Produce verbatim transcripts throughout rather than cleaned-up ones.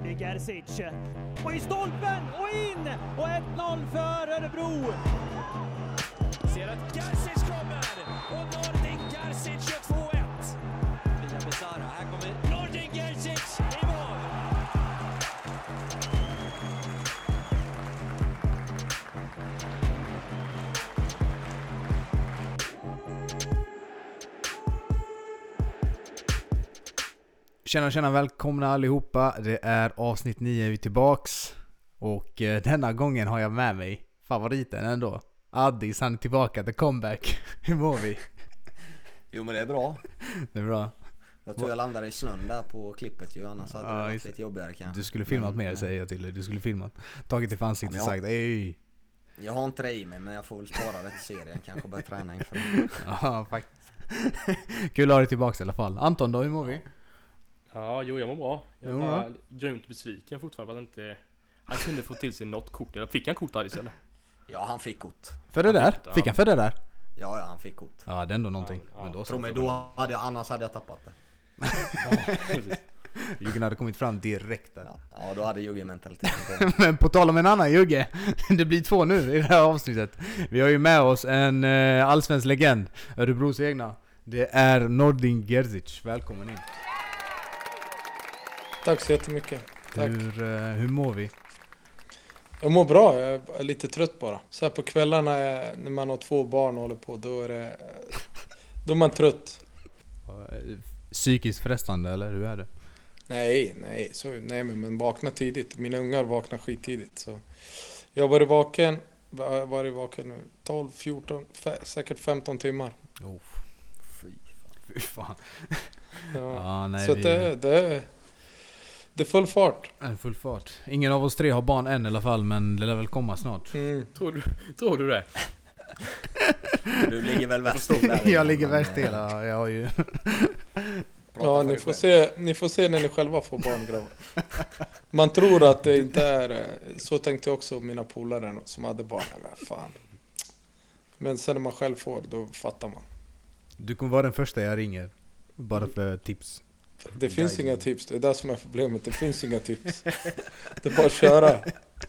Det är Gerzic. Och i stolpen och in! Och ett noll för Örebro. Ser att Gerzic kommer och Nordin Gerzic gör två ett. Via Besara, här kommer Nordin Gerzic i mål. Tjena, tjena, välkomna allihopa. Det är avsnitt nio, vi är tillbaks. Och eh, denna gången har jag med mig favoriten ändå. Addis, han är tillbaka, the comeback. Hur mår vi? Jo, men det är bra. Det är bra. Jag tror jag landade i snön där på klippet ju, annars hade Ja, det varit just- lite jobbigare kanske. Du skulle filmat Men, mer, säger jag till dig. Du skulle filmat. Tagit till ansiktet och Ja, men sagt ej. Jag har inte det i mig, men jag får väl spara det till serien. Kanske börja träna inför det. Ja, faktiskt. Kul att ha dig tillbaka i alla fall. Anton då, hur mår vi? Ja, jo, jag mår bra. Jag är Jo, bara ja. grymt besviken fortfarande på att inte han kunde få till sig något kort. Eller fick han kort Addis eller? Ja, han fick kort. För det Han där? fick det, Fick ja. han för det där? Ja, ja, han fick kort. Ja, det är ändå någonting. Ja, ja. Men då Tror så. mig, då hade jag, annars hade jag tappat det. Juggen hade kommit fram direkt där. Ja, ja då hade Jugge-mentaliteten. Men på tal om en annan Jugge, det blir två nu i det här avsnittet. Vi har ju med oss en eh, allsvensk legend, Örebros egna. Det är Nordin Gerzic. Välkommen in. Tack så jättemycket. Tack. Hur, eh, hur mår vi? Jag mår bra, jag är lite trött bara. Så här på kvällarna eh, när man har två barn och håller på, då är det... Då är man trött. Eh, Psykiskt frestande eller hur är det? Nej, nej, så, nej men, men vakna tidigt. Mina ungar vaknar skittidigt. Så. Jag har varit vaken, var- varit vaken nu tolv, fjorton, fe, säkert femton timmar. Oh, Fy fan. fy fan. Ja. Ja, nej, så vi att det, det, det är full fart. är full fart. Ingen av oss tre har barn än i alla fall, men det lär väl komma snart. Mm. Tror du, tror du det? Du ligger väl värst till där. Jag ligger men, värst till, eh, ja, jag har ju... prata Ja, för ni dig får, själv. se, ni får se när ni själva får barn, grabbar. Man tror att det inte är... eh, Så tänkte också mina polare som hade barn. Men fan. Men sen när man själv får, då fattar man. Du kommer vara den första jag ringer. Bara för tips. Det finns Nej. inga tips, det är det som är problemet. Det finns inga tips. Det är bara att köra.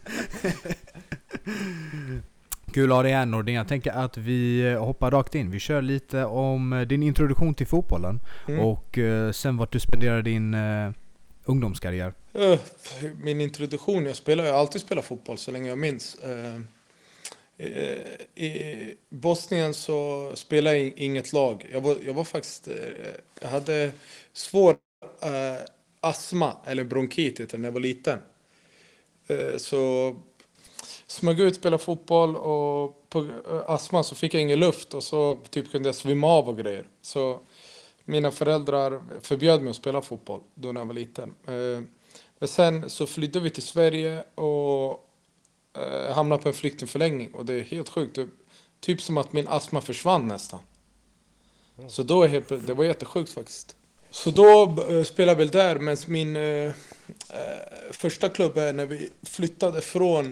Kul att ha dig här Nordin. Jag tänker att vi hoppar rakt in. Vi kör lite om din introduktion till fotbollen. Mm. Och eh, sen vart du spenderar din eh, ungdomskarriär. Eh, Min introduktion, jag spelar, jag har alltid spelat fotboll så länge jag minns. Eh, eh, I Bosnien så spelade jag inget lag. Jag var, jag var faktiskt, eh, jag hade svår eh, astma eller bronkit när jag var liten. Eh, så smög ut, spela fotboll och på eh, astma så fick jag ingen luft och så typ kunde jag svimma av och grejer. Så mina föräldrar förbjöd mig att spela fotboll då när jag var liten. Eh, Men sen så flydde vi till Sverige och eh, hamnade på en flyktingförläggning. Och det är helt sjukt. Det, typ som att min astma försvann nästan. Så då är helt, det var jättesjukt faktiskt. Så då eh, spelade vi där. Men min eh, eh, första klubb är när vi flyttade från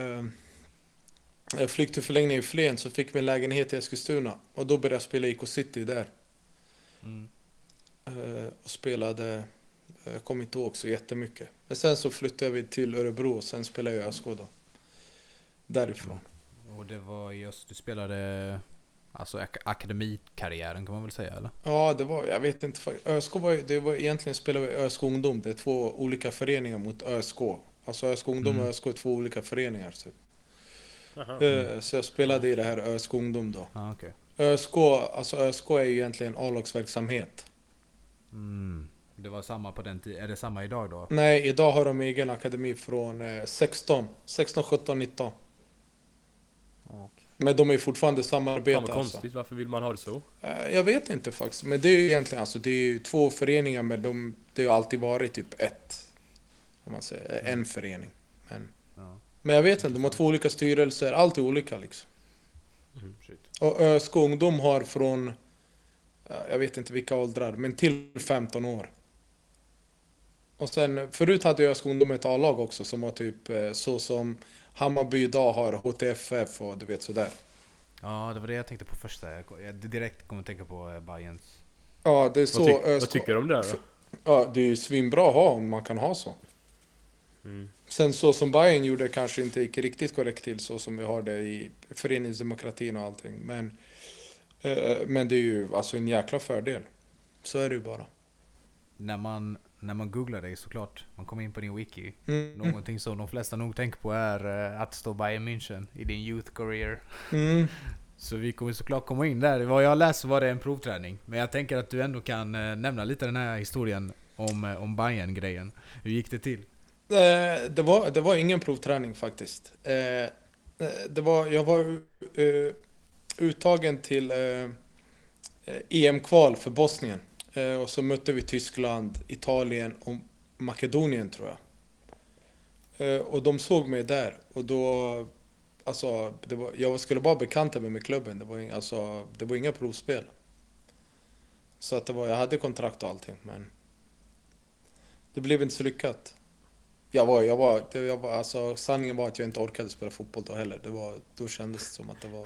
eh, flyktingförläggningen i Flen så fick vi en lägenhet i Eskilstuna. Och då började jag spela i I K City där. Eh, och spelade... Jag kommer inte ihåg så jättemycket. Men sen så flyttade vi till Örebro och sen spelade jag i ÖSK då. Därifrån. Och det var just, du spelade alltså ak- akademikarriären kan man väl säga eller? Ja, det var, jag vet inte. fa- ÖSK var, ju- det var egentligen spelade vi ÖSK Ungdom. Det är två olika föreningar mot ÖSK. Alltså ÖSK Ungdom Mm. och ÖSK är två olika föreningar. Så, Aha. Eh, så jag spelade i det här ÖSK Ungdom då. Ja, ah, okej. ÖSK, alltså ÖSK är ju egentligen A-lagsverksamhet. Mm. Det var samma på den tiden. Är det samma idag då? Nej, idag har de egen akademi från eh, sexton, sexton, sjutton, nitton. Men de är fortfarande Fan samarbete. vad alltså. konstigt, varför vill man ha det så? Eh, Jag vet inte faktiskt, men det är ju egentligen alltså, det är ju två föreningar men de, det har ju alltid varit typ ett, om man säger, en förening. Men, Ja. men jag vet inte, de har två olika styrelser, allt är olika liksom. Mm, shit. Och ÖSK Ungdom har från, eh, jag vet inte vilka åldrar, men till femton år. Och sen, förut hade ÖSK Ungdom ett A-lag också som var typ eh, så som Hammarby idag har H T F F och du vet sådär. Ja, det var det jag tänkte på första. Jag jag direkt kommer att tänka på eh, Bayerns. Ja, det är så Vad, ty- ÖSK... vad tycker du om det då? Ja, det är ju svinbra att ha om man kan ha så. Mm. Sen så som Bayern gjorde kanske inte gick riktigt korrekt till så som vi har det i föreningsdemokratin och allting. Men, eh, men det är ju alltså en jäkla fördel. Så är det ju bara. När man, när man googlar dig såklart, man kommer in på din wiki. Mm. Någonting som de flesta nog tänker på är eh, att stå Bayern München i din youth career. Mm. Så vi kommer såklart komma in där. Vad jag läste var det en provträning. Men jag tänker att du ändå kan eh, nämna lite den här historien om, eh, om Bayern-grejen. Hur gick det till? Eh, det, var, det var ingen provträning faktiskt. Eh, eh, det var, jag var eh, uttagen till eh, E M-kval för Bosnien. Eh, och så mötte vi Tyskland, Italien och Makedonien tror jag. Eh, och de såg mig där. Och då, alltså, det var, jag skulle bara bekanta mig med klubben. Det var, ing, alltså, det var inga provspel. Så att det var, jag hade kontrakt och allting. Men det blev inte så lyckat. Jag var, jag var, det, jag var, alltså, sanningen var att jag inte orkade spela fotboll då heller. Det var, då kändes det som att det var,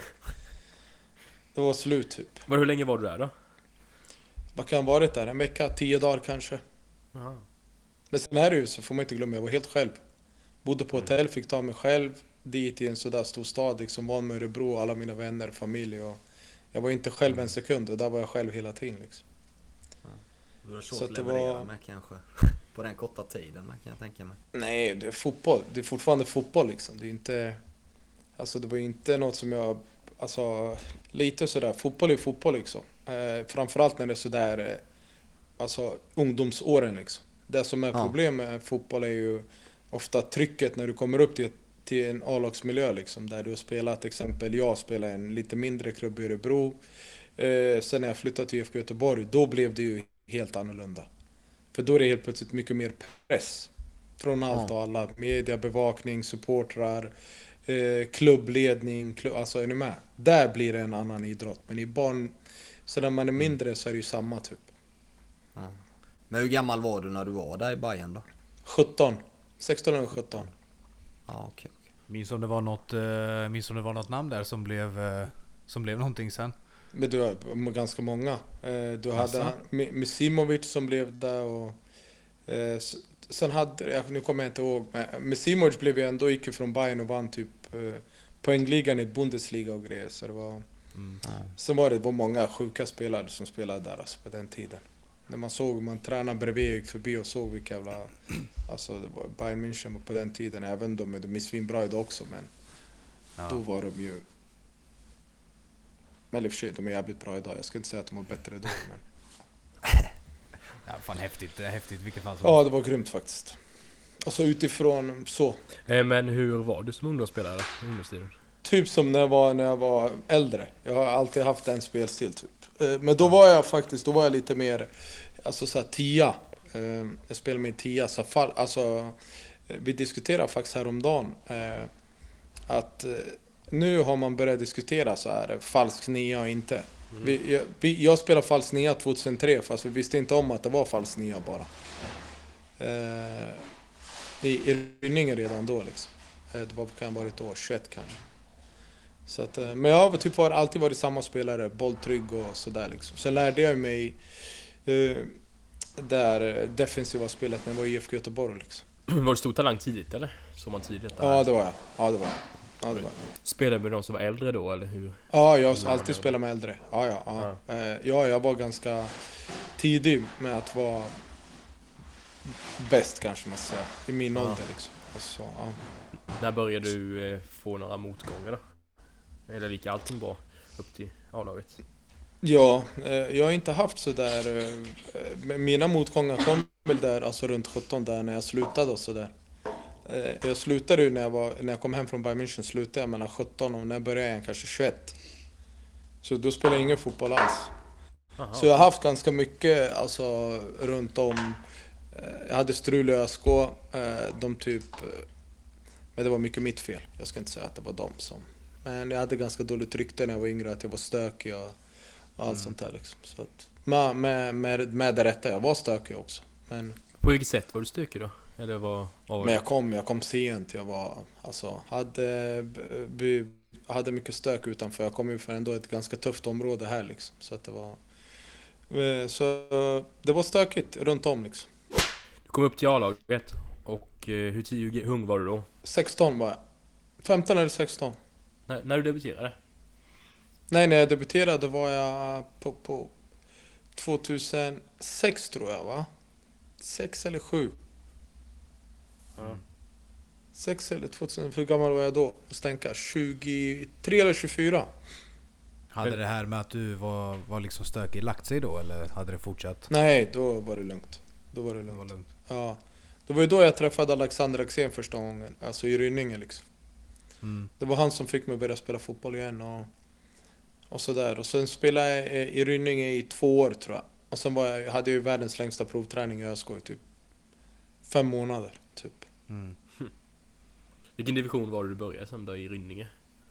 det var slut typ. Men hur länge var du där då? Vad kan ha varit där? En vecka, tio dagar kanske. Aha. Men sen är det ju så får man inte glömma, jag var helt själv. Bodde på hotell, fick ta mig själv dit i en sådär stor stad, liksom van med Örebro, alla mina vänner, familj och jag var inte själv en sekund och där var jag själv hela tiden liksom. Du har svårt Så att att det leverera var- med kanske. På den korta tiden, kan jag tänka mig. Nej, det är fotboll. Det är fortfarande fotboll liksom. Det är inte, alltså det var inte något som jag, alltså lite sådär, fotboll är fotboll liksom. Eh, framförallt när det är sådär, eh, alltså ungdomsåren liksom. Det som är Ja. problem med fotboll är ju ofta trycket när du kommer upp till, till en A-lagsmiljö liksom. Där du har spelat, till exempel jag spelade i en lite mindre klubb i Örebro. Eh, sen när jag flyttade till I F K Göteborg, då blev det ju helt annorlunda. För då är det helt plötsligt mycket mer press. Från allt och alla. Media, bevakning, supportrar, eh, klubbledning. Klubb, alltså är ni med? Där blir det en annan idrott. Men i barn, så när man är mindre så är det ju samma typ. Ja. Men hur gammal var du när du var där i Bayern då? sjutton. sexton eller sjutton. Ja, okej. Minns om det var något, eh, minns om det var något namn där som blev, eh, som blev någonting sen? Men du har ganska många. Eh, du Asså? hade Mi- Misimovic som blev där och eh, s- sen hade, ja, nu kommer jag inte ihåg, men Misimovic blev ju ändå, gick ju från Bayern och vann typ eh, poängligan i Bundesliga och grejer. Så det var, Mm. sen var det, det var många sjuka spelare som spelade där alltså, på den tiden. När man såg, man tränade bredvid, gick förbi och såg vilka jävla, alltså det var Bayern München på den tiden, även de, de är svinbra idag också, men Ja. då var de ju, eller i och för sig, de är jävligt bra idag. Jag ska inte säga att de var bättre då, men Ja, fan häftigt, eh, häftigt vilket fall som ja, det var grymt faktiskt. Alltså utifrån så, Eh, Men hur var du som ungdomsspelare? Ungdomstiden? typ som när jag var, när jag var äldre. Jag har alltid haft en spelstil typ. Eh, Men då var jag faktiskt, då var jag lite mer, alltså såhär tia. Eh, Jag spelade med tia, så fall, alltså eh, vi diskuterade faktiskt häromdagen eh, att eh, nu har man börjat diskutera så här falsk nia och inte. Vi, jag, vi, jag spelade falsk nia tjugohundratre fast vi visste inte om att det var falsk nia bara. Eh, I i Rynninge redan då liksom. Eh, Det var, kan ha varit år tjugoett kanske. Så att, eh, men jag har typ var, alltid varit samma spelare, bolltrygg och sådär liksom. Sen lärde jag mig eh, där eh, defensiva spelet när jag var i I F K Göteborg liksom. Var du stor talang tidigt eller? Såg man tidigt? där? Ja det var jag. Ja det var jag. Ja, det var jag. Spelade du med de som var äldre då eller hur? Ja, jag har alltid spelat med äldre. Ja, ja, ja. Eh, ja, jag var ganska tidig med att vara bäst kanske man ska säga. I min Ja. ålder liksom. Alltså, ja. När började du eh, få några motgångar då? Eller gick allting bra upp till A-laget? Ja, eh, jag har inte haft så där. Eh, men mina motgångar kom väl där, alltså runt sjutton där när jag slutade och så där. Eh, jag slutade ju när jag var, när jag kom hem från Bayern München slutade jag mellan sjutton och när jag började jag kanske tjugoett. Så då spelade jag ingen fotboll alls. Aha. Så jag har haft ganska mycket alltså runt om. Eh, Jag hade strul i ÖSK, eh, de typ, eh, men det var mycket mitt fel. Jag ska inte säga att det var de som. Men jag hade ganska dåligt rykte när jag var yngre, att jag var stökig och, och allt sånt där liksom. Så att, med, med, med, med det rätta, jag var stökig också. Men, På vilket sätt var du stökig då? Eller var, var men jag kom, jag kom sent, jag var, alltså, hade, b- b- hade mycket stök utanför. Jag kom ju för ändå ett ganska tufft område här liksom. Så att det var, eh, så det var stökigt runt om liksom. Du kom upp till A-laget Och eh, hur tio ung var du då? sexton var jag. femton eller sexton. När, när du debuterade? Nej, när jag debuterade var jag på, på tjugohundrasex tror jag va? Sex eller sju. Ja. Sex eller tvåtusen, hur gammal var jag då? Stänka, tjugotre eller tjugofyra. Hade det här med att du var, var liksom stökig lagt sig då, eller hade det fortsatt? Nej, då var det lugnt. Då var det Det var lugnt. lugnt. Ja. Det var ju då jag träffade Alexander Axén första gången. Alltså i Rynninge liksom. Mm. Det var han som fick mig att börja spela fotboll igen och, och sådär. Och sen spelade jag i Rynninge i två år tror jag. Och sen var jag, jag hade ju världens längsta provträning i ÖSK i typ fem månader. Typ. Mm. Vilken division var det du började sen då i Rynninge?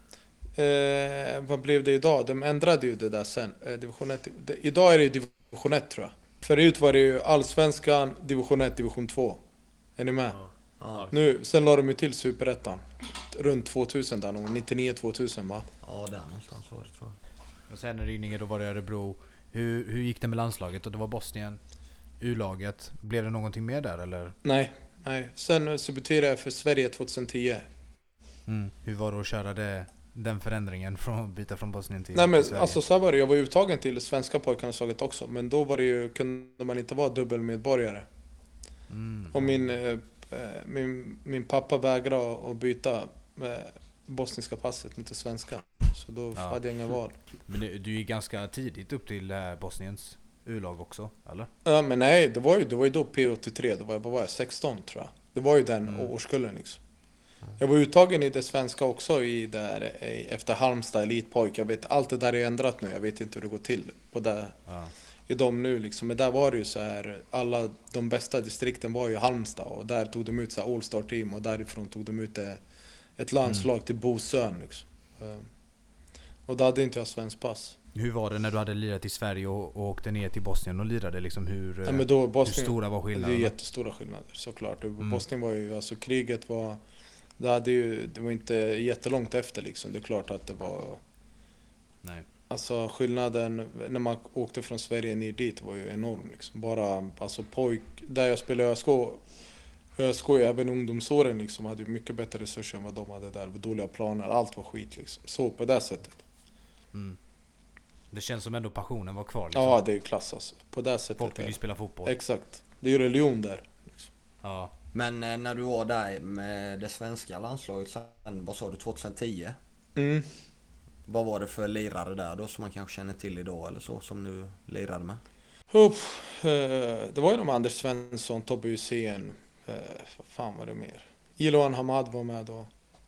Eh, vad blev det idag? De ändrade ju det där sen. Eh, division ett, det, idag är det division ett tror jag. Förut var det ju Allsvenskan, division ett, division två. Är ni med? Ja. Ja, Nu, sen la de ju till Superettan. Runt tvåtusen där, nog nittionio tvåtusen va? ja där någonstans var det tror jag. Och sen i Rynninge då var det Örebro. Hur, hur gick det med landslaget? Och det var Bosnien, U-laget. Blev det någonting mer där eller? Nej, nej. Sen så debuterade jag för Sverige tjugohundratio. Mm. Hur var det att köra det, den förändringen från att byta från Bosnien till, Nej men till Sverige? alltså så här var det, jag var uttagen till svenska pojkarlandslaget också. Men då var det ju, kunde man inte vara dubbelmedborgare. Mm. Och min, eh, min, min pappa vägrade att byta eh, bosniska passet mot det svenska. Så då Ja. hade jag inga val. Men du, du gick ganska tidigt upp till eh, Bosniens U-lag också, eller? Ja men nej, det var ju, det var ju då P åttiotre, då var jag, vad var jag, sexton tror jag. Det var ju den Mm. årskullen liksom. Jag var uttagen i det svenska också i där, i, efter Halmstad, elitpojk. Jag vet, allt det där är ändrat nu, jag vet inte hur det går till på det, Ja. i dem nu liksom. Men där var det ju så här, alla de bästa distrikten var ju Halmstad och där tog de ut så här All-star team och därifrån tog de ut eh, ett landslag till Bosön liksom. Eh, Och då hade inte jag svensk pass. Hur var det när du hade lirat i Sverige och, och åkte ner till Bosnien och lirade? Liksom hur, eh, Ja, men då hur Bosnien, stora var det är skillnaderna? jättestora skillnader såklart. Mm. Bosnien var ju, alltså kriget var, det, hade ju, det var inte jättelångt efter liksom. Det är klart att det var, Nej. alltså skillnaden när man åkte från Sverige ner dit var ju enorm liksom. Bara, alltså pojk, där jag spelade ÖSK, ÖSK även ungdomsåren liksom hade ju mycket bättre resurser än vad de hade där. Dåliga planer, allt var skit liksom. Så på det sättet. Mm. Det känns som ändå passionen var kvar liksom. Ja, det är ju klass alltså. På det sättet. Folk vill är ju det. spela fotboll. Exakt. Det är ju religion där. Ja. Men eh, när du var där med det svenska landslaget sen, vad sa du, tjugohundratio? Mm. Vad var det för lirare där då som man kanske känner till idag eller så som du lirade med? Upp, eh, det var ju de Anders Svensson, Tobbe Hysén, eh, vad fan var det mer? Iloan Hamad var med då.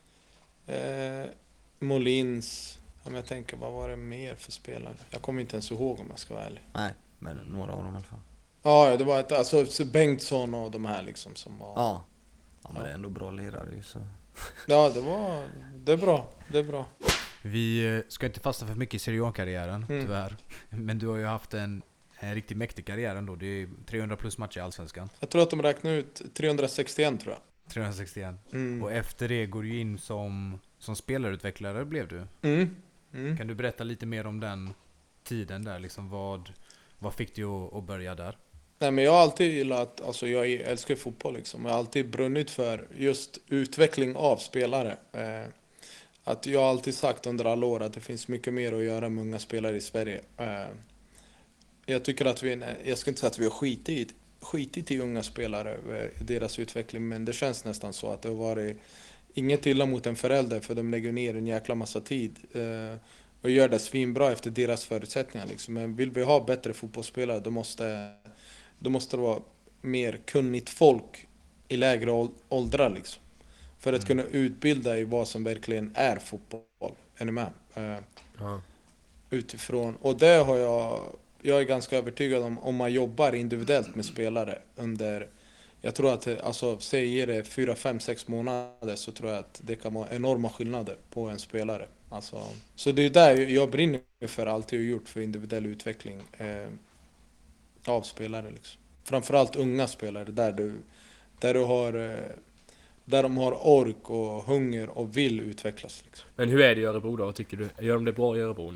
Eh, Molins, om jag tänker, vad var det mer för spelare? Jag kommer inte ens ihåg om jag ska vara ärlig. Nej, men några av dem i alla fall. Ja, ja, det var ett, alltså så Bengtsson och de här liksom som var... Ja. Ja men det är ändå bra lirare ju så. Ja, det var, det är bra, det är bra. Vi eh, ska inte fastna för mycket i Serie A-karriären, Mm. tyvärr. Men du har ju haft en, en riktigt mäktig karriär ändå. Det är trehundra plus matcher i Allsvenskan. Jag tror att de räknade ut trehundrasextioen tror jag. trehundrasextioen. Mm. Och efter det går du in som, som spelarutvecklare blev du. Mm. Mm. Kan du berätta lite mer om den tiden där? Liksom vad, vad fick du att, att börja där? Nej men jag har alltid gillat, alltså jag älskar ju fotboll liksom. Jag har alltid brunnit för just utveckling av spelare. Eh, att jag har alltid sagt under alla år att det finns mycket mer att göra med unga spelare i Sverige. Eh, jag tycker att vi, jag ska inte säga att vi har skitit, skitit i unga spelare, eh, deras utveckling, men det känns nästan så att det har varit inget illa mot en förälder för de lägger ner en jäkla massa tid. Eh, och gör det svinbra efter deras förutsättningar liksom. Men vill vi ha bättre fotbollsspelare då måste Då måste det vara mer kunnigt folk i lägre ål- åldrar liksom. För att kunna utbilda i vad som verkligen är fotboll. Är ni med? Eh, Ja. utifrån. Och det har jag, jag är ganska övertygad om, om man jobbar individuellt med spelare under, jag tror att, alltså säger det fyra, fem, sex månader så tror jag att det kan vara enorma skillnader på en spelare. Alltså, så det är där jag brinner för, alltid har gjort för individuell utveckling. Eh, av spelare liksom. Framförallt unga spelare där du, där du har, där de har ork och hunger och vill utvecklas liksom. Men hur är det i Örebro då, tycker du? Gör de det bra i Örebro nu då?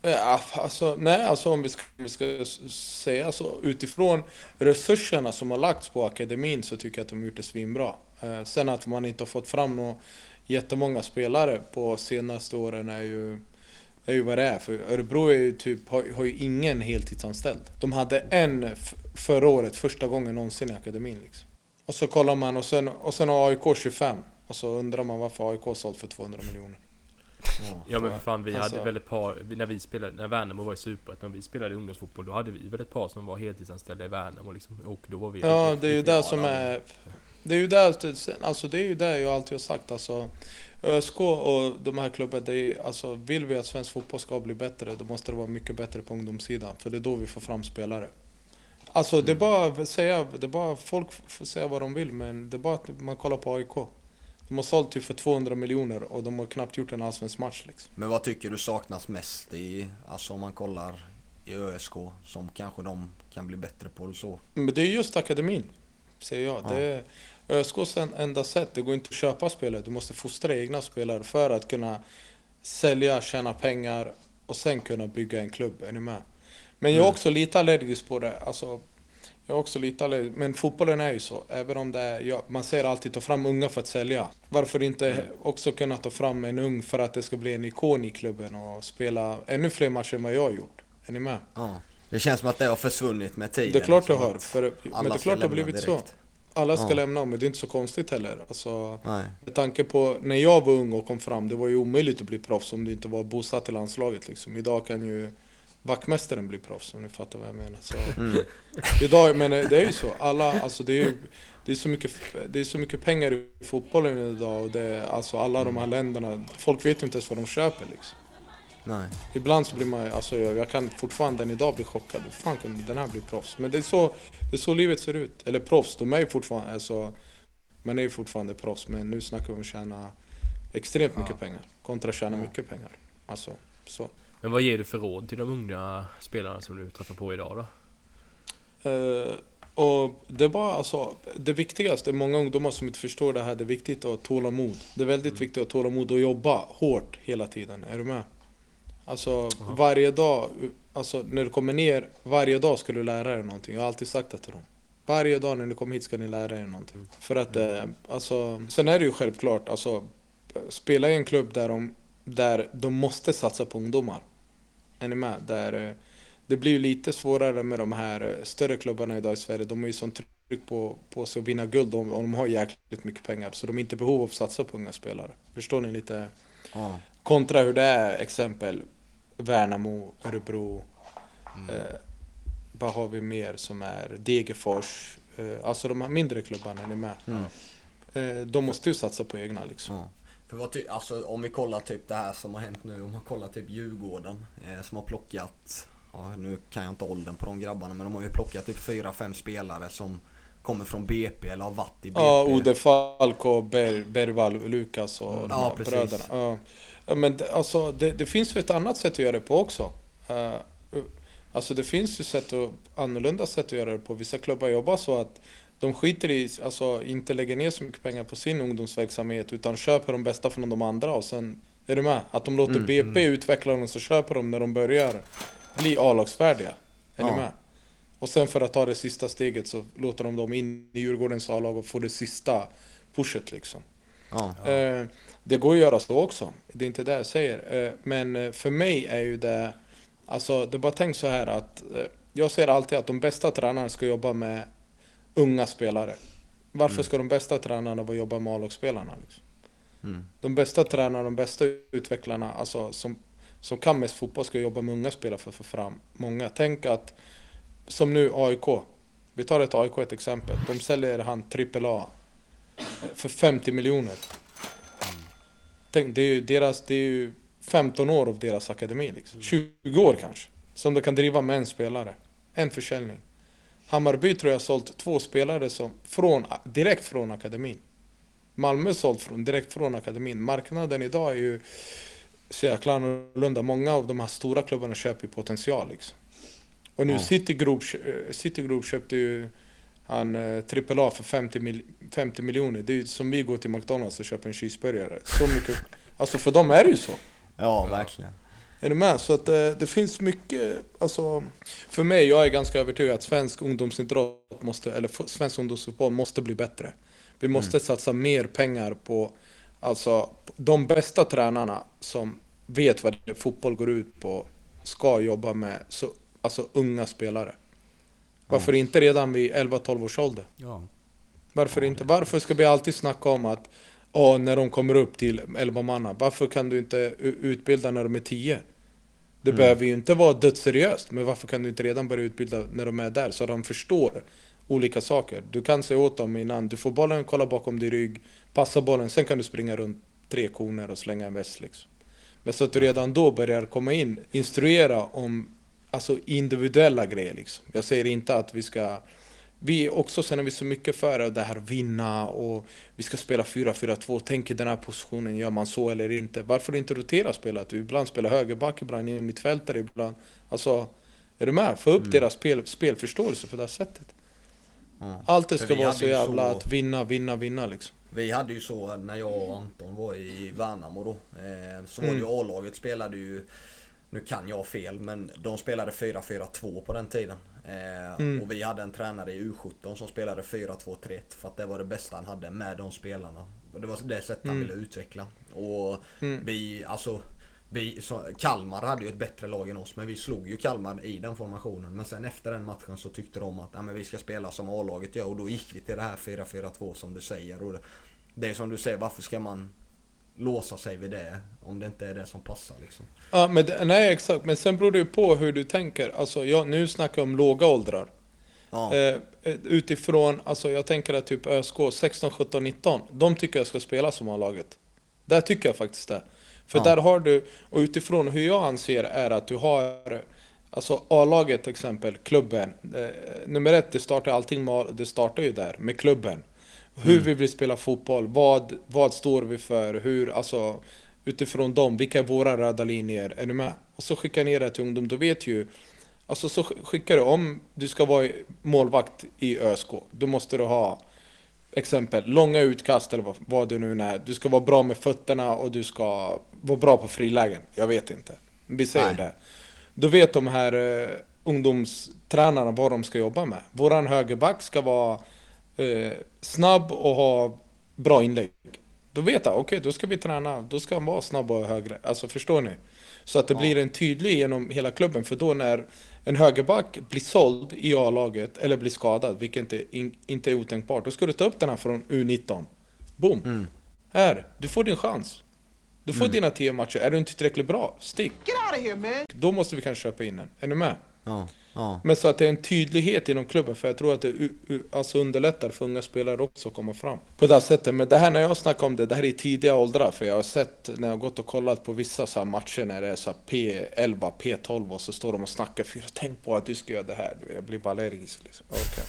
Ja, alltså, nej, alltså om vi ska, om vi ska s- säga så, utifrån resurserna som har lagts på akademin så tycker jag att de har gjort det svinbra. Eh, sen att man inte har fått fram några jättemånga spelare på senaste åren är ju, är ju vad det är. För Örebro är ju typ, har, har ju ingen heltidsanställd. De hade en f- förra året, första gången någonsin i akademin. Liksom. Och så kollar man och sen, och sen har A I K tjugofem. Och så undrar man varför A I K sålt för tvåhundra miljoner. Ja men för fan, vi Alltså- hade väl ett par, när vi spelade, när Värnamo var i Superettan, när vi spelade ungdomsfotboll, då hade vi väl ett par som var heltidsanställda i Värnamo liksom, och då var vi... Ja, det är ju riktigt det bra som lag. är... Det är ju där, alltså det är ju det jag alltid har sagt. Alltså, ÖSK och de här klubbarna, det är, alltså, vill vi att svensk fotboll ska bli bättre, då måste det vara mycket bättre på ungdomssidan. För det är då vi får fram spelare. Alltså det är bara att säga, det är bara, folk får säga vad de vill, men det är bara att man kollar på A I K. De har sålt typ för tvåhundra miljoner och de har knappt gjort en allsvensk match liksom. Men vad tycker du saknas mest i, alltså om man kollar i ÖSK, som kanske de kan bli bättre på och så? Men det är just akademin, säger jag. Ja. Det är ÖSKs en- enda sätt. Det går inte att köpa spelare. Du måste fostra egna spelare för att kunna sälja, tjäna pengar och sen kunna bygga en klubb. Är ni med? Men jag är Mm. också lite allergisk på det. Alltså, jag är också lite allergisk. Men fotbollen är ju så. Även om det är, ja, man säger alltid ta fram unga för att sälja. Varför inte också kunna ta fram en ung för att det ska bli en ikon i klubben och spela ännu fler matcher än vad jag har gjort. Är ni med? Ja. Det känns som att det har försvunnit med tiden. Det är klart det liksom, har. att För, men alla det är ska klart det har lämna blivit direkt. så. Alla ska Ja. lämna, men det är inte så konstigt heller. Alltså, Nej. med tanke på när jag var ung och kom fram, det var ju omöjligt att bli proffs om du inte var bosatt i landslaget. Liksom. Idag kan ju vaktmästaren bli proffs, om ni fattar vad jag menar. Så, Mm. idag, men det är ju så. Alla, alltså, det, är ju, det, är så mycket, det är så mycket pengar i fotbollen idag. Och det, är, alltså, alla de här länderna, folk vet ju inte ens vad de köper. Liksom. Nej. Ibland så blir man, alltså jag, jag kan fortfarande än idag bli chockad. Hur fan kan den här bli proffs? Men det är så, det är så livet ser ut. Eller proffs, de är ju fortfarande, alltså, man är ju fortfarande proffs. Men nu snackar vi om att tjäna extremt mycket pengar. Kontra att tjäna mycket pengar. Alltså, så. Men vad ger du för råd till de unga spelarna som du träffar på idag då? Eh, och det är bara, alltså, det viktigaste, många ungdomar som inte förstår det här, det är viktigt att ha tålamod. Det är väldigt viktigt att ha tålamod och jobba hårt hela tiden. Är du med? Alltså varje dag, alltså när du kommer ner, varje dag ska du lära dig någonting. Jag har alltid sagt det till dem. Varje dag när ni kommer hit ska ni lära er någonting. För att, eh, alltså, sen är det ju självklart, alltså, spela i en klubb där de, där de måste satsa på ungdomar. Är ni med? Där, eh, det blir ju lite svårare med de här eh, större klubbarna idag i Sverige. De har ju sånt tryck på, på sig att vinna guld om, om de har jäkligt mycket pengar. Så de är inte i behov av att satsa på unga spelare. Förstår ni lite? Ja. Kontra hur det är, exempel Värnamo, Örebro. Eh, vad har vi mer som är Degerfors? Eh, alltså de här mindre klubbarna, är ni med? Mm. Eh, de måste ju satsa på egna liksom. Ja. För vad ty- alltså, om vi kollar typ det här som har hänt nu, om man kollar typ Djurgården eh, som har plockat, ja, nu kan jag inte åldern på de grabbarna, men de har ju plockat typ fyra, fem spelare som kommer från B P eller har varit i B P. Ja, Ode Falk och Ber, Bergvall och Lukas och de Ja, här precis. bröderna. Ja. Ja, men det, alltså, det, det finns ju ett annat sätt att göra det på också. Uh, alltså det finns ju sätt att, annorlunda sätt att göra det på. Vissa klubbar jobbar så att de skiter i, alltså inte lägger ner så mycket pengar på sin ungdomsverksamhet utan köper de bästa från de andra och sen, är du med? Att de låter Mm, B P utveckla dem och så köper de när de börjar bli A-lagsfärdiga. Är ni Ja. med? Och sen för att ta det sista steget så låter de dem in i Djurgårdens A-lag och få det sista pushet liksom. Ja. Eh, det går att göra så också, det är inte det jag säger. Eh, men eh, för mig är ju det, alltså det är bara tänk så här att eh, jag ser alltid att de bästa tränarna ska jobba med unga spelare. Varför ska de bästa tränarna vara jobba med A-lagsspelarna? Liksom? Mm. De bästa tränarna, de bästa utvecklarna, alltså som, som kan mest fotboll ska jobba med unga spelare för att få fram många. Tänk att, som nu A I K, vi tar ett A I K ett exempel, de säljer han trippel A för femtio miljoner. Tänk, det är ju deras, det är ju femton år av deras akademi liksom. tjugo år kanske. Som de kan driva med en spelare. En försäljning. Hammarby tror jag har sålt två spelare som, från, direkt från akademin. Malmö har sålt från, direkt från akademin. Marknaden idag är ju så jäkla annorlunda. Många av de här stora klubbarna köper ju potential liksom. Och nu Ja. City Group, City Group köpte ju han eh, trippel A för femtio, mil, femtio miljoner. Det är ju som vi går till McDonalds och köper en cheeseburgare. Så mycket. Alltså för dem är det ju så. Ja, verkligen. Är du med? Så att det, det finns mycket, alltså, för mig, jag är ganska övertygad att svensk ungdomsidrott måste, eller f- svensk ungdomsfotboll måste bli bättre. Vi måste satsa mer pengar på, alltså, de bästa tränarna som vet vad det fotboll går ut på, ska jobba med så, alltså, unga spelare. Varför inte redan vid elva tolv års ålder? Ja. Varför inte? Varför ska vi alltid snacka om att åh, när de kommer upp till elva manna, varför kan du inte u- utbilda när de är tio? Det behöver ju inte vara dödsseriöst, men varför kan du inte redan börja utbilda när de är där så att de förstår olika saker? Du kan säga åt dem innan, du får bollen, kolla bakom din rygg, passa bollen, sen kan du springa runt tre koner och slänga en väst liksom. Men så att du redan då börjar komma in, instruera om alltså individuella grejer liksom. Jag säger inte att vi ska, vi också sen är vi så mycket för det här vinna och vi ska spela fyra fyra två, tänk i den här positionen, gör man så eller inte? Varför inte rotera spelet? Du ibland spelar högerback, ibland i mittfältare, ibland, alltså, är du med? Få upp Mm. deras spel, spelförståelse på det här sättet. Ja. Allt det För ska vi vara hade så ju jävla så- att vinna, vinna, vinna liksom. Vi hade ju så när jag och Anton var i Värnamo då. Eh, så var det ju A-laget spelade ju, nu kan jag fel, men de spelade fyra fyra två på den tiden. Eh, Och vi hade en tränare i U sjutton som spelade fyra två tre ett för att det var det bästa han hade med de spelarna. Och det var det sättet han ville utveckla. Och vi, alltså, vi, så, Kalmar hade ju ett bättre lag än oss, men vi slog ju Kalmar i den formationen. Men sen efter den matchen så tyckte de att ja, men vi ska spela som A-laget gör, och då gick vi till det här fyra fyra två som du säger. Och det, det är som du säger, varför ska man låsa sig vid det om det inte är det som passar liksom? Ja, men det, nej exakt, men sen beror det ju på hur du tänker. Alltså, jag, nu snackar jag om låga åldrar. Ja, Eh, utifrån, alltså jag tänker att typ ÖSK sexton, sjutton, nitton, de tycker jag ska spela som A-laget. Där tycker jag faktiskt det. För Ja. där har du, och utifrån hur jag anser är att du har, alltså A-laget till exempel, klubben. Eh, nummer ett, det startar allting med, det startar ju där, med klubben. Hur vi vill spela fotboll, vad, vad står vi för, hur, alltså utifrån dem, vilka är våra röda linjer, är du med? Och så skickar ner det till ungdom, då vet ju, alltså så skickar du, om du ska vara målvakt i ÖSK, då måste du ha exempel, långa utkast eller vad, vad det nu är. Du ska vara bra med fötterna och du ska vara bra på frilägen. Jag vet inte. Vi säger Nej. det. Då vet de här eh, ungdomstränarna vad de ska jobba med. Våran högerback ska vara eh, snabb och ha bra inlägg. Då vet jag, okej, okay, då ska vi träna, då ska han vara snabb och högre. Alltså förstår ni? Så att det blir en tydlig genom hela klubben, för då när en högerback blir såld i A-laget eller blir skadad, vilket inte, in, inte är otänkbart, då ska du ta upp den här från U nitton. Boom! Här, du får din chans. Du får dina tio matcher. Är du inte tillräckligt bra, stick! Get out of here, man. Då måste vi kanske köpa in den. Är ni med? ja, ja. Men så att det är en tydlighet inom klubben, för jag tror att det u- u- alltså underlättar för unga spelare också att komma fram på det här sättet. Men det här, när jag snackar om det, det här är i tidiga åldrar, för jag har sett när jag har gått och kollat på vissa så här matcher när det är så här P elva, P tolv och så står de och snackar, för tänk på att du ska göra det här, jag blir bara allergisk liksom. Okay.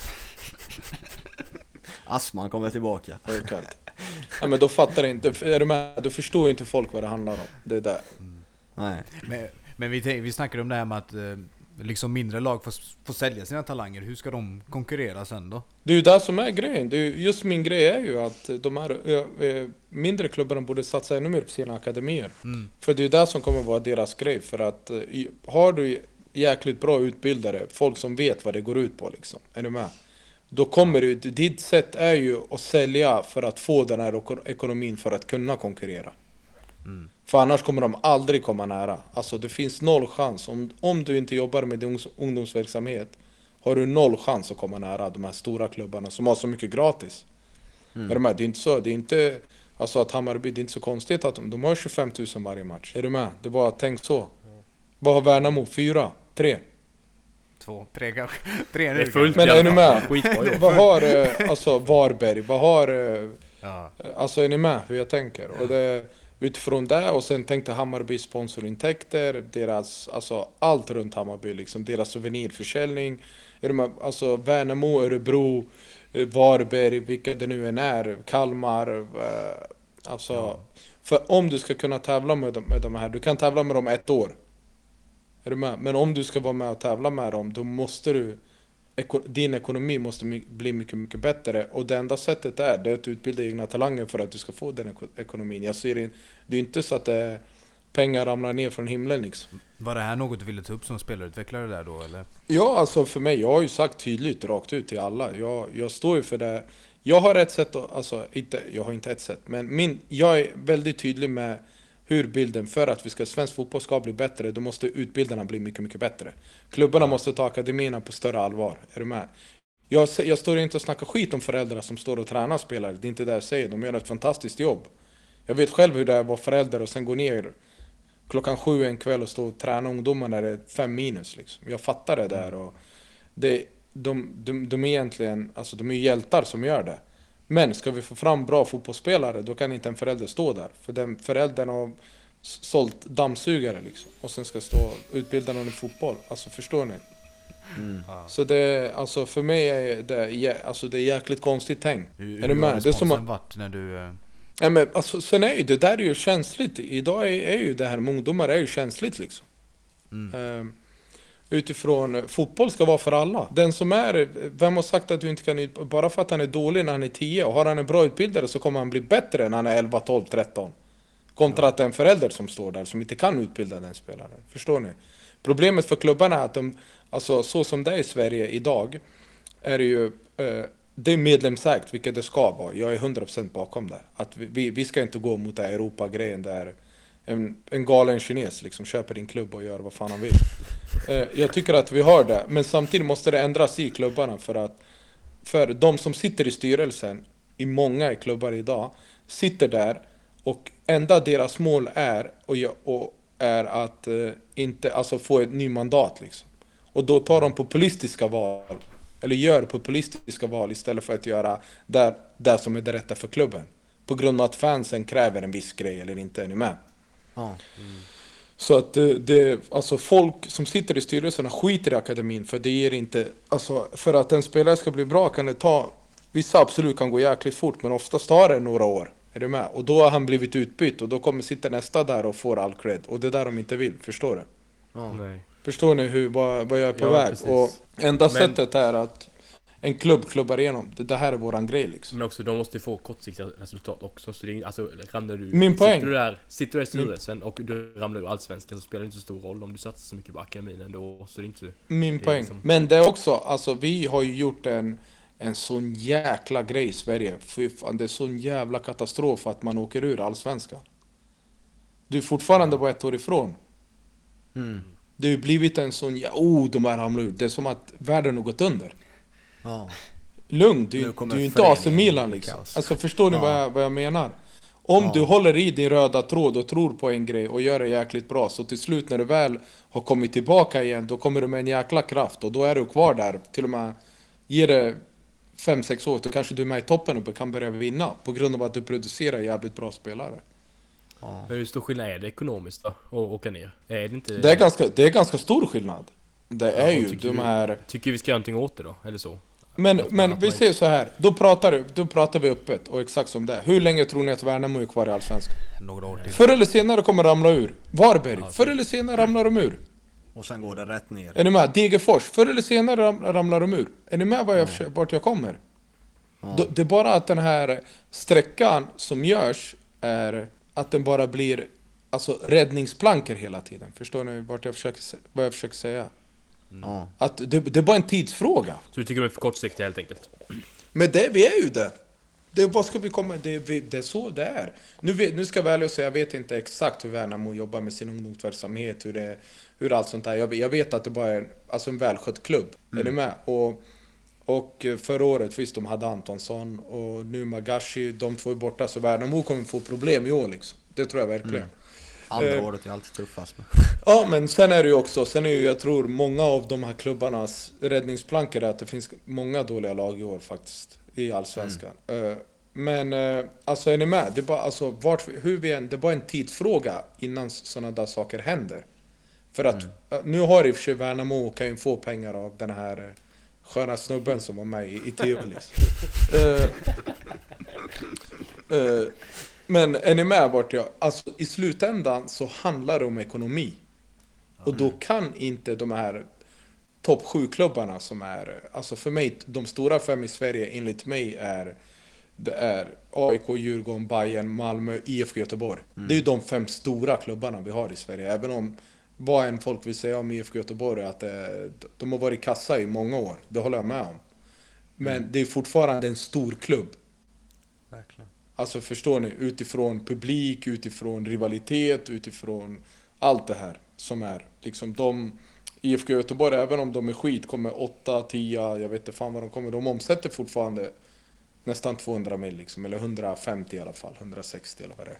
Astman kommer tillbaka. Jag orkar inte. Ja, men då fattar jag inte, är du med? Då förstår inte folk vad det handlar om. Det är där. Nej. Men, men vi, tänk- vi snackade om det här med att eh, liksom mindre lag får, får sälja sina talanger. Hur ska de konkurrera sen då? Det är ju det som är grejen. Det är ju, just min grej är ju att de här eh, mindre klubbarna borde satsa ännu mer på sina akademier. Mm. För det är ju det som kommer vara deras grej. För att eh, i- har du jäkligt bra utbildare, folk som vet vad det går ut på liksom. Är du med? Då kommer du, ditt sätt är ju att sälja för att få den här eko- ekonomin för att kunna konkurrera. För annars kommer de aldrig komma nära. Alltså det finns noll chans. Om, om du inte jobbar med din ungdoms- ungdomsverksamhet har du noll chans att komma nära de här stora klubbarna som har så mycket gratis. Är du med? Det är inte så. Det är inte, alltså att Hammarby, det är inte så konstigt att de, de har tjugofem tusen varje match. Är du med? Det är bara tänk så. Vad har Värnamo? Fyra? Tre? Två, tre kanske? Tre Det är nu fullt. Men i alla är ni fall. med? Skitbra jobb. Vad har eh, alltså Varberg? Vad har... Eh, Ja. Alltså är ni med hur jag tänker? Och det, utifrån det, och sen tänkte Hammarby sponsorintäkter, deras, alltså allt runt Hammarby, liksom, deras souvenirförsäljning. Är de, alltså Värnamo, Örebro, eh, Varberg, vilka det nu än är, Kalmar. Eh, alltså, för om du ska kunna tävla med, dem, med de här, du kan tävla med dem ett år. Är du med? Men om du ska vara med och tävla med dem, då måste du, eko, din ekonomi måste my, bli mycket, mycket bättre. Och det enda sättet är, det är att utbilda egna talanger för att du ska få den eko, ekonomin. Jag ser det, det är inte så att det, pengar ramlar ner från himlen liksom. Var det här något du ville ta upp som spelarutvecklare där då eller? Ja, alltså för mig, jag har ju sagt tydligt rakt ut till alla. Jag, jag står ju för det. Jag har ett sätt att, alltså inte, jag har inte ett sätt, men min, jag är väldigt tydlig med hur bilden, för att vi ska, svensk fotboll ska bli bättre, då måste utbildarna bli mycket, mycket bättre. Klubbarna måste ta akademierna på större allvar. Är du med? Jag, jag står inte och snackar skit om föräldrar som står och tränar spelare. Det är inte det jag säger. De gör ett fantastiskt jobb. Jag vet själv hur det är att vara förälder och sen gå ner klockan sju en kväll och stå och träna ungdomar när det är fem minus. Liksom. Jag fattar det där. Och det, de, de, de är egentligen, alltså de är hjältar som gör det. Men ska vi få fram bra fotbollsspelare, då kan inte en förälder stå där. För den föräldern har sålt dammsugare liksom. Och sen ska stå och utbilda någon i fotboll. Alltså förstår ni? Mm. Så det, alltså för mig är det, alltså det är jäkligt konstigt tänk. Hur, Är du med? Det är som att, varit när du... eh, ja, men alltså, sen är ju det där är ju känsligt. Idag är, är ju det här med ungdomar är ju känsligt liksom. Ehm, utifrån, fotboll ska vara för alla. Den som är, vem har sagt att du inte kan, ut- bara för att han är dålig när han är tio och har han en bra utbildare så kommer han bli bättre när han är elva, tolv, tretton. Kontra att det är en förälder som står där som inte kan utbilda den spelaren. Förstår ni? Problemet för klubbarna är att de, alltså så som det är i Sverige idag, är det ju, eh, det är medlemsägt, vilket det ska vara. Jag är hundra procent bakom det. Att vi, vi, vi ska inte gå mot det här Europa-grejen där en, en galen kines liksom köper din klubb och gör vad fan han vill. Eh, jag tycker att vi har det, men samtidigt måste det ändras i klubbarna för att för de som sitter i styrelsen i många klubbar idag sitter där och enda deras mål är och, och är att eh, inte alltså få ett ny mandat liksom. Och då tar de populistiska val eller gör populistiska val istället för att göra det, det som är det rätta för klubben. På grund av att fansen kräver en viss grej eller inte, är ni med? Ja. Så att det, det, alltså folk som sitter i styrelserna skiter i akademin för det ger inte, alltså för att en spelare ska bli bra kan det ta, vissa absolut kan gå jäkligt fort men oftast tar det några år, är du med? Och då har han blivit utbytt och då kommer sitta nästa där och får all cred och det är där de inte vill, förstår du? Ja. Nej. Förstår ni hur, vad, vad jag är på Ja, väg? precis. Och enda Men- sättet är att en klubb klubbar igenom, det, det här är våran grej liksom. Men också, de måste ju få kortsiktiga resultat också. Så det är, alltså, ramlar du, Min poäng. Sitter du där, sitter du där i styrelsen och du ramlar ur allsvenskan så spelar det inte så stor roll om du satsar så mycket på akademin ändå. Så det är inte... Min Det är poäng. liksom- Men det är också, alltså vi har ju gjort en, en sån jäkla grej i Sverige. Fy fan, det är sån jävla katastrof att man åker ur allsvenskan. Du är fortfarande bara ett år ifrån. Mm. Det har ju blivit en sån, ja, oh, de här ramlar ur. Det är som att världen har gått under. Ja. Lugn, du, Nu du kommer är ju inte A C föreningen Milan i liksom. kaos. Alltså förstår ni Ja. vad, jag, vad jag menar? Om Ja. du håller i din röda tråd och tror på en grej och gör det jäkligt bra, så till slut när du väl har kommit tillbaka igen, då kommer du med en jäkla kraft och då är du kvar där. Till och med ger det fem sex år, då kanske du är med i toppen och kan börja vinna på grund av att du producerar jävligt bra spelare. Ja. Men hur stor skillnad är det ekonomiskt då? Att åka ner? Är det inte... Det är ganska, det är ganska stor skillnad. Det är Ja, ju tycker de du- här... Tycker vi ska göra någonting åt det då? Eller så? Men, Att- men att vi man- ser så här, då pratar, du- då pratar vi öppet och exakt som det är. Hur länge tror ni att Värnamo är kvar i Allsvenskan? Några år till. Förr eller senare kommer ramla ur. Varberg, förr eller senare ramlar de ur. Och sen går det rätt ner. Är ni med? Degerfors, förr eller senare ram, ramlar de ur. Är ni med vad jag, försöker- vart jag kommer? Då- Det är bara att den här sträckan som görs är att den bara blir alltså räddningsplankor hela tiden. Förstår ni vart jag försöker, sä- vad jag försöker säga? Ja. Att det, det är bara en tidsfråga. Så du tycker de är för kortsiktiga helt enkelt? Men det, vi är ju det. Det, vad ska vi komma? Det, vi, det är så det är. Nu, vet, nu ska jag vara ärlig och säga, jag vet inte exakt hur Värnamo jobbar med sin ungdomsverksamhet, hur, det, hur allt sånt där. Jag, jag vet att det bara är alltså en välskött klubb. Är ni med? Och, och förra året, visst, de hade Antonsson och nu Magashi, de två är borta. Så Värnamo kommer få problem i år liksom. Det tror jag verkligen. Andra Eh. året är alltid tuffast med. Ja, men sen är det ju också, sen är ju, jag tror många av de här klubbarnas räddningsplankor är att det finns många dåliga lag i år faktiskt i Allsvenskan. Eh, Men eh, alltså är ni med? Det är bara, alltså, vart, hur vi än, det är bara en tidsfråga innan sådana där saker händer. För att eh, nu har i och för sig Värnamo kan ju få pengar av den här eh, sköna snubben som var med i, i T V. Liksom. Eh, eh, Men är ni med vart jag... Alltså i slutändan så handlar det om ekonomi. Och då kan inte de här topp sju klubbarna som är... Alltså för mig, de stora fem i Sverige enligt mig är det är A I K, Djurgården, Bayern, Malmö, I F K Göteborg. Mm. Det är ju de fem stora klubbarna vi har i Sverige. Även om vad en folk vill säga om I F K Göteborg är att det, de har varit i kassa i många år. Det håller jag med om. Men Mm. det är fortfarande en stor klubb. Verkligen. Alltså förstår ni? Utifrån publik, utifrån rivalitet, utifrån allt det här som är. Liksom de, I F K Göteborg, även om de är skit, kommer åtta, tio, jag vet inte fan vad de kommer. De omsätter fortfarande nästan tvåhundra mil liksom, eller hundrafemtio i alla fall, hundrasextio eller vad det är.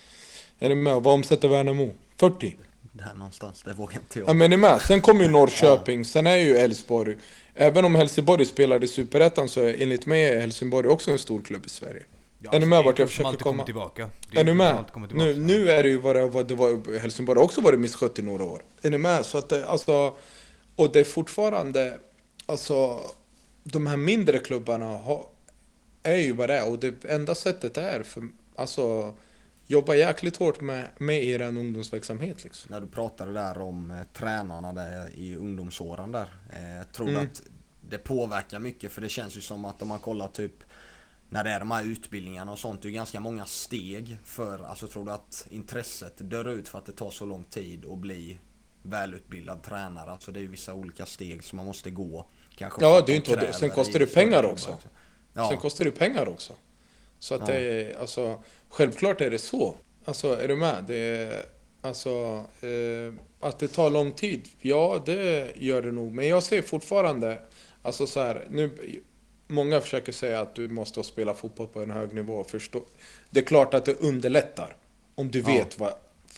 Är ni med? Vad omsätter Värnamo? fyrtio? Där någonstans, det vågar inte jag. Ja men är ni med? Sen kommer ju Norrköping, sen är ju Elfsborg. Även om Helsingborg spelar i Superettan så är enligt mig är Helsingborg också en stor klubb i Sverige. Ja, är ni med det vart jag som försöker alltid kommer komma? tillbaka. Det Är ni som med? alltid kommer tillbaka. Nu, nu är det ju vad det, vad det var, Helsingborg har också varit misskött i några år. Är ni med? Så att det, alltså, och det är fortfarande, alltså, de här mindre klubbarna har, är ju vad det är. Och det enda sättet är, för, alltså, jobba jäkligt hårt med, med er ungdomsverksamhet liksom. När du pratade där om eh, tränarna där i ungdomsåren där. Eh, tror du Mm. att det påverkar mycket? För det känns ju som att om man kollar typ när det är de här utbildningarna och sånt, det är ganska många steg för, alltså tror du att intresset dör ut för att det tar så lång tid att bli välutbildad tränare? Alltså det är ju vissa olika steg som man måste gå. Kanske Ja, för att det är de inte vad det- kräver sen kostar i det pengar större också. klubbar. Ja. Sen kostar det pengar också. Så att Ja. det är, alltså, självklart är det så. Alltså, är du med? Det är, alltså, eh, att det tar lång tid, ja det gör det nog. Men jag ser fortfarande, alltså så här, nu, många försöker säga att du måste spela fotboll på en hög nivå. Förstå. Det är klart att det underlättar, om du Ja. vet vad.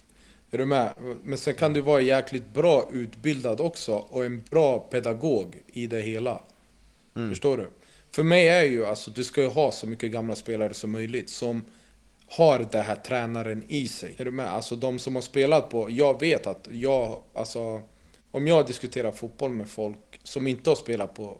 Är du med? Men sen kan du vara jäkligt bra utbildad också och en bra pedagog i det hela. Mm. Förstår du? För mig är ju, alltså, du ska ju ha så mycket gamla spelare som möjligt som har det här tränaren i sig. Är du med? Alltså de som har spelat på, jag vet att jag, alltså om jag diskuterar fotboll med folk som inte har spelat på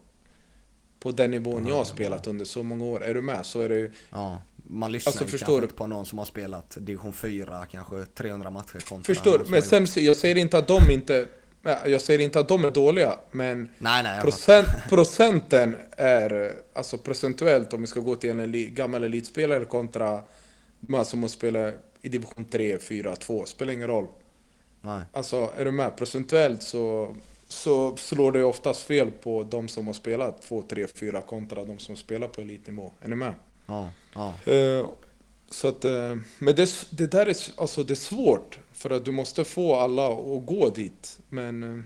på den nivån jag har spelat under så många år, är du med? Så är det ju, Ja, man lyssnar Alltså, ju förstår kanske du? inte på någon som har spelat division fyra, kanske trehundra matcher kontra förstår någon du? som Men har gjort- sen, jag säger inte att de inte, jag säger inte att de är dåliga, men Nej, nej, jag Procent, procenten är, alltså procentuellt om vi ska gå till en eli, gammal elitspelare kontra de som har spelat i division tre, fyra, två, spelar ingen roll. nej. Alltså är du med? Procentuellt så, så slår det oftast fel på de som har spelat två, tre, fyra kontra de som spelar på elitnivå. Är ni med? Ja, ja. Eh, så att, eh, men det, det där är, alltså, det är svårt för att du måste få alla att gå dit. Men eh,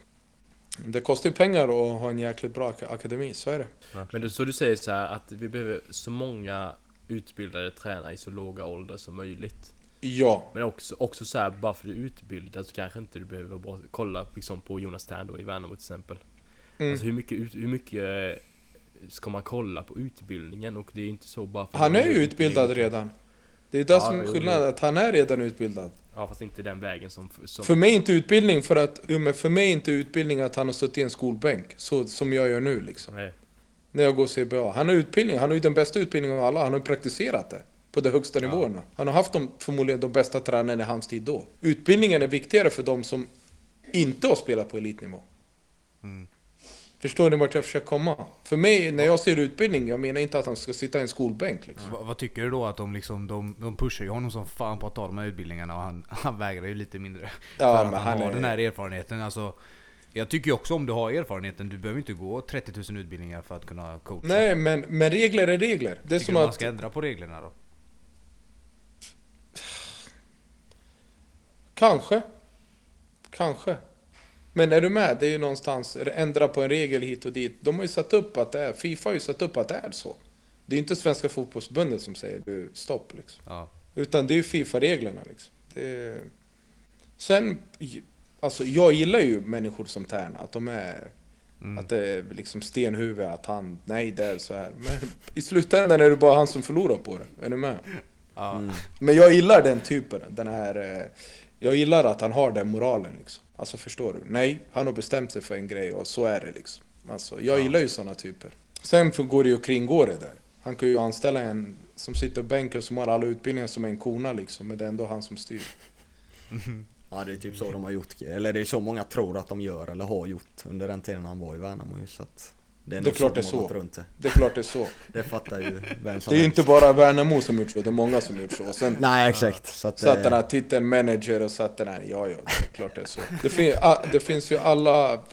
det kostar ju pengar att ha en jäkligt bra ak- akademi, så är det. Men du, så du säger så här att vi behöver så många utbildade tränare i så låga åldrar som möjligt. Ja, Men också, också så här, bara för att du är utbildad så kanske inte du behöver bara kolla liksom, på Jonas Tern då i Värnamo till exempel. Mm. Alltså hur mycket, ut- hur mycket eh, ska man kolla på utbildningen? Och det är inte så bara för han att- är ju utbildad redan. Det är det Ja, som är jo, skillnaden, att han är redan utbildad. Ja, fast inte den vägen som... som För mig är inte utbildning för att, jo, men för mig är inte utbildning att han har suttit i en skolbänk, så som jag gör nu liksom. nej. När jag går C B A. Han har utbildning, han har ju den bästa utbildningen av alla, han har ju praktiserat det. På de högsta Ja. nivåerna. Han har haft de, förmodligen de bästa tränarna i hans tid då. Utbildningen är viktigare för de som inte har spelat på elitnivå. Mm. Förstår ni vart jag försöker komma? För mig, när jag ser utbildning, jag menar inte att han ska sitta i en skolbänk liksom. Va- vad tycker du då att de liksom, de, de pushar ju honom som fan på att ta de här utbildningarna och han, han vägrar ju lite mindre. Ja, för att men han, han har är- den här erfarenheten. Alltså, jag tycker ju också om du har erfarenheten, du behöver inte gå trettio tusen utbildningar för att kunna coacha. Nej, men, men regler är regler. Det är Tycker som du man att... ska ändra på reglerna då? Kanske. Kanske. Men är du med? Det är ju någonstans, ändra på en regel hit och dit. De har ju satt upp att det är, FIFA har ju satt upp att det är så. Det är inte Svenska fotbollsförbundet som säger du stopp liksom. Ja. Utan det är ju FIFA-reglerna liksom. Det är... Sen, alltså jag gillar ju människor som Tern, att de är, Mm. att det är liksom stenhuvud, att han, nej det är så här. Men i slutändan är det bara han som förlorar på det, är du med? Ja. Mm. Men jag gillar den typen, den här, eh, jag gillar att han har den moralen liksom. Alltså förstår du? Nej, han har bestämt sig för en grej och så är det liksom. Alltså, jag gillar ju sådana typer. Sen får- går det ju att kringgå det där. Han kan ju anställa en som sitter på bänken som har alla utbildningar som en kona liksom, men det är ändå han som styr. Ja, det är typ så de har gjort. Eller det är så många tror att de gör eller har gjort under den tiden han var i Värnamo. Så att Det är, Det är nog klart det är de har så. gått runt det. Det är klart det är så. Det fattar ju vem som Det är ju helst. inte bara Värnamo som gjort så, det är många som gjort så. Och sen Nej, exakt. Så att, satt den eh, här titeln manager och satt den här, ja ja, det är klart det är så. Det, fin- ah, det finns ju alla, eh,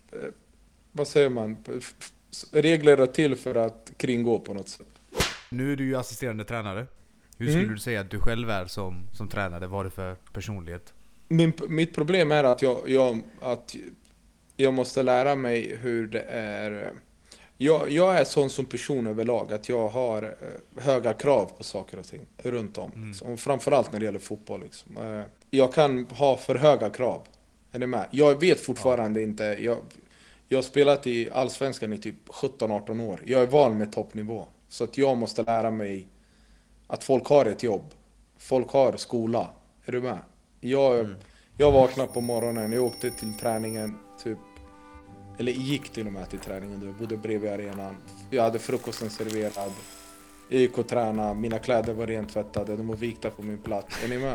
vad säger man, f- f- regler är till för att kringgå på något sätt. Nu är du ju assisterande tränare. Hur skulle Mm. du säga att du själv är som, som tränare? Vad är det för personlighet? Min, mitt problem är att jag, jag, att jag måste lära mig hur det är. Jag, jag är sån som person överlag, att jag har eh, höga krav på saker och ting runt om. Mm. Liksom. Och framförallt när det gäller fotboll. Liksom. Eh, jag kan ha för höga krav. Är ni med? Jag vet fortfarande inte. Jag, jag har spelat i Allsvenskan i typ sjutton arton år. Jag är van med toppnivå. Så att jag måste lära mig att folk har ett jobb. Folk har skola. Är du med? Jag, Mm. jag vaknade på morgonen, jag åkte till träningen typ, eller gick till och med till träningen då. Jag bodde bredvid arenan. Jag hade frukosten serverad. Jag gick och tränade, mina kläder var rent tvättade, de var vikta på min plats. Är ni med?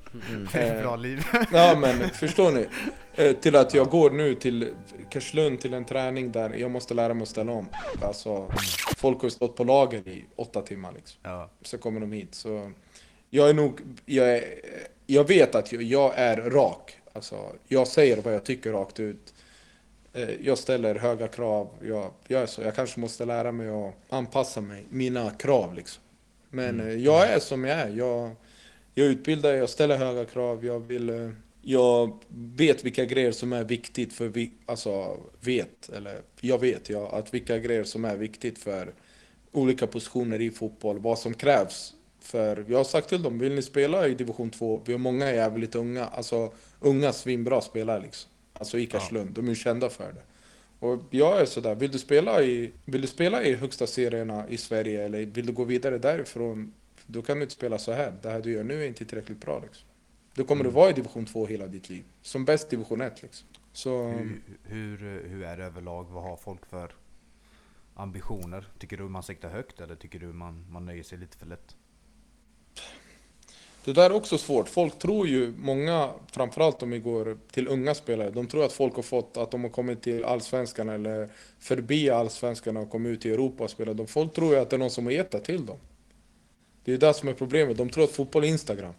Mm. Bra liv. Ja men förstår ni? Eh, till att jag går nu till Karlslund till en träning där jag måste lära mig att ställa om. Alltså, folk har ju stått på lager i åtta timmar liksom. Ja. Så kommer de hit. Så jag är nog, jag, är, jag vet att jag, jag är rak. Alltså, jag säger vad jag tycker rakt ut. Eh, Jag ställer höga krav. Jag, jag är så. Jag kanske måste lära mig att anpassa mig, mina krav liksom. Men eh, jag är som jag är. Jag, jag utbildar, jag ställer höga krav. Jag vill, eh, jag vet vilka grejer som är viktigt för vi, alltså vet, eller jag vet jag att vilka grejer som är viktigt för olika positioner i fotboll, vad som krävs. För jag har sagt till dem, vill ni spela i division två? Vi har många jävligt unga, alltså unga svinbra spelare liksom. Alltså i Karlslund, de är ju kända för det. Och jag är sådär, vill du spela i, vill du spela i högsta serierna i Sverige eller vill du gå vidare därifrån? Då kan du inte spela så här. Det här du gör nu är inte tillräckligt bra liksom. Då kommer du vara i division två hela ditt liv. Som bäst division ett liksom. Så... Hur, hur, hur är det överlag? Vad har folk för ambitioner? Tycker du man siktar högt eller tycker du man, man nöjer sig lite för lätt? Det där är också svårt. Folk tror ju, många, framförallt om vi går till unga spelare, de tror att folk har fått, att de har kommit till Allsvenskan eller förbi Allsvenskan och kommit ut i Europa och spelat. De folk tror ju att det är någon som har gett det till dem. Det är det som är problemet. De tror att fotboll är Instagram.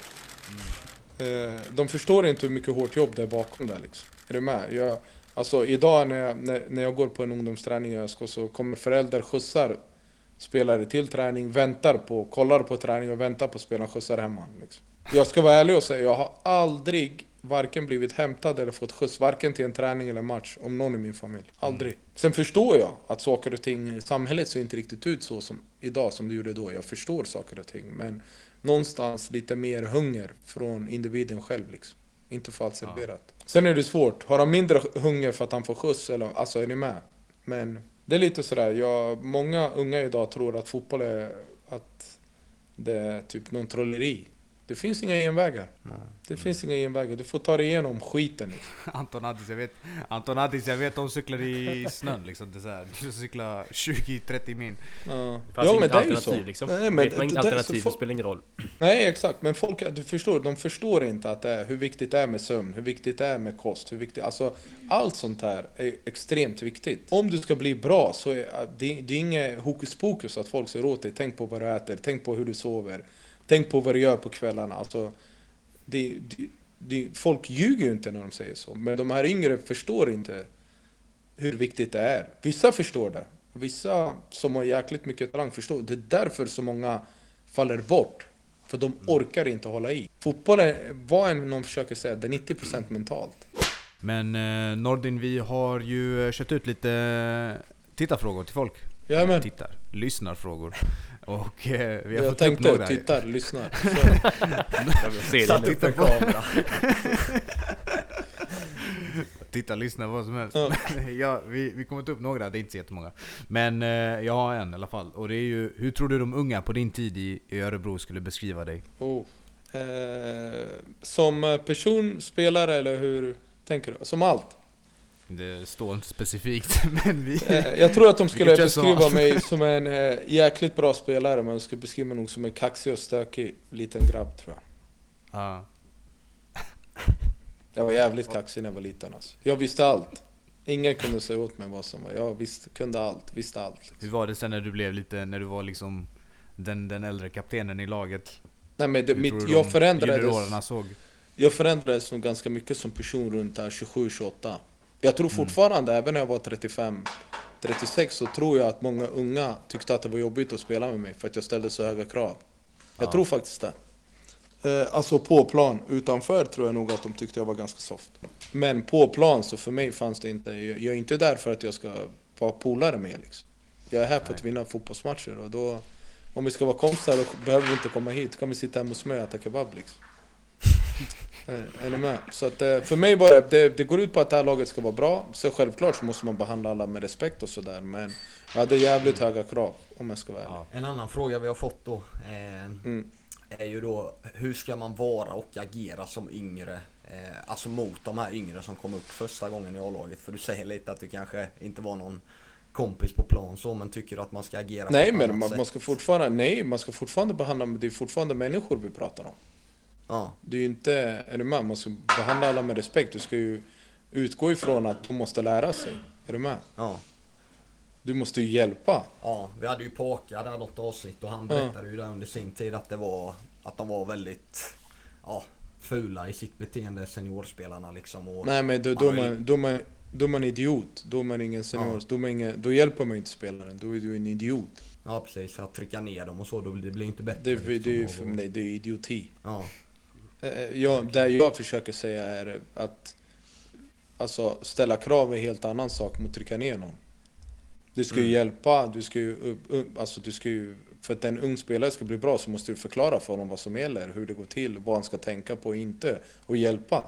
Mm. De förstår inte hur mycket hårt jobb det är bakom där liksom. Är du med? Jag, alltså idag när jag, när, när jag går på en ungdomsträning i Ösk så kommer föräldrar skjutsar spelare till träning, väntar på, kollar på träning och väntar på att spela skjutsar hemma. Liksom. Jag ska vara ärlig och säga, jag har aldrig varken blivit hämtad eller fått skjuts, varken till en träning eller match, om någon i min familj. Aldrig. Mm. Sen förstår jag att saker och ting i samhället ser inte riktigt ut så som idag, som det gjorde då. Jag förstår saker och ting, men någonstans lite mer hunger från individen själv liksom. Inte falskt serverat. Ja. Sen är det svårt. Har han mindre hunger för att han får skjuts, eller, alltså är ni med? Men det är lite sådär, jag, många unga idag tror att fotboll är, att det är typ någon trolleri. Det finns inga genvägar. Mm. Det finns inga genvägar. Du får ta dig igenom skiten. Liksom. Anton Addis, jag vet, Anton Addis, jag vet de cyklar i snön liksom. Det är så här, du cyklar tjugo till trettio min. Ja, Det ja men det är ju alternativ, så. liksom. Nej, men vet man inte det, alternativ, så, det spelar ingen roll. Nej, exakt. Men folk, du förstår, de förstår inte att det är, hur viktigt det är med sömn, hur viktigt det är med kost, hur viktigt, alltså allt sånt här är extremt viktigt. Om du ska bli bra så är det, det är inget hokus pokus att folk säger åt dig, tänk på vad du äter, tänk på hur du sover, tänk på vad du gör på kvällarna. Alltså, det, det, det, folk ljuger ju inte när de säger så, men de här yngre förstår inte hur viktigt det är. Vissa förstår det. Vissa som har jäkligt mycket talang förstår. Det är därför så många faller bort. För de orkar inte hålla i. Fotboll är, vad än någon försöker säga, det är nittio procent mentalt. Men eh, Nordin, vi har ju kört ut lite tittarfrågor till folk. Jajamän. Tittar, lyssnarfrågor. Och eh, vi har Jag fått tänkte, upp några. tittar, lyssnar. Satt upp en kamera. Titta, lyssna, vad som helst. Ja. ja, vi, vi kommer ta upp några, det är inte så jättemånga. Men eh, jag har en i alla fall. Och det är ju, hur tror du de unga på din tid i, i Örebro skulle beskriva dig? Oh. Eh, som person, spelare eller hur tänker du? Som allt? Det står inte specifikt, men vi... Eh, jag tror att de skulle Vilket känns beskriva som- mig som en eh, jäkligt bra spelare, men de skulle beskriva mig nog som en kaxig och stökig liten grabb, tror jag. Ja. Jag var jävligt kaxig när jag var liten alltså. Jag visste allt. Ingen kunde säga åt mig vad som var. Jag visste, kunde allt, visste allt. Liksom. Hur var det sen när du blev lite, när du var liksom den, den äldre kaptenen i laget? Nej, men det, Hur tror mitt, du jag de förändrades. juniorerna såg? Jag förändrades nog ganska mycket som person runt där tjugosju tjugoåtta. Jag tror fortfarande, mm. även när jag var trettiofem trettiosex, så tror jag att många unga tyckte att det var jobbigt att spela med mig för att jag ställde så höga krav. Jag Ja. tror faktiskt det. Eh, alltså på plan, utanför tror jag nog att de tyckte jag var ganska soft. Men på plan så för mig fanns det inte, jag, jag är inte där för att jag ska vara polare med liksom. Jag är här för att vinna fotbollsmatcher och då, om vi ska vara kompisar då behöver vi inte komma hit, då kan vi sitta hemma hos mig och äta kebab liksom. Är ni med? Så att för mig bara, det, det går ut på att det här laget ska vara bra. Så självklart så måste man behandla alla med respekt och sådär. Men jag hade jävligt höga krav om jag ska vara ärlig. En annan fråga vi har fått då eh, Mm. är ju då, hur ska man vara och agera som yngre? Eh, alltså mot de här yngre som kom upp första gången i A-laget. För du säger lite att du kanske inte var någon kompis på plan så, men tycker du att man ska agera Nej, på ett men annat man, sätt? man ska fortfarande, nej, man ska fortfarande behandla, det är fortfarande människor vi pratar om. Ja, Det är ju inte, är du med? Man ska behandla alla med respekt. Du ska ju utgå ifrån att de måste lära sig. Är du med? ja. Du måste ju hjälpa. Ja, vi hade ju Påka där något avsnitt och han berättade ju där under sin tid att det var, att de var väldigt, ja, fula i sitt beteende, seniorspelarna liksom. Och Nej, men då, då, är man, då, är man, då är man idiot. Då är man ingen senior. Ja. Då, är man ingen, då hjälper man inte spelaren. Då är du en idiot. ja, precis, att trycka ner dem och så, då blir det blir inte bättre. Det, det, det, är ju liksom, för mig, det är idioti. Ja, Eh, Jag, det jag försöker säga är att alltså, ställa krav är en helt annan sak mot att trycka ner någon. Du ska ju Mm. hjälpa, du ska ju, upp- upp- alltså, du ska ju, för att en ung spelare ska bli bra så måste du förklara för honom vad som gäller, hur det går till, vad han ska tänka på och inte, och hjälpa.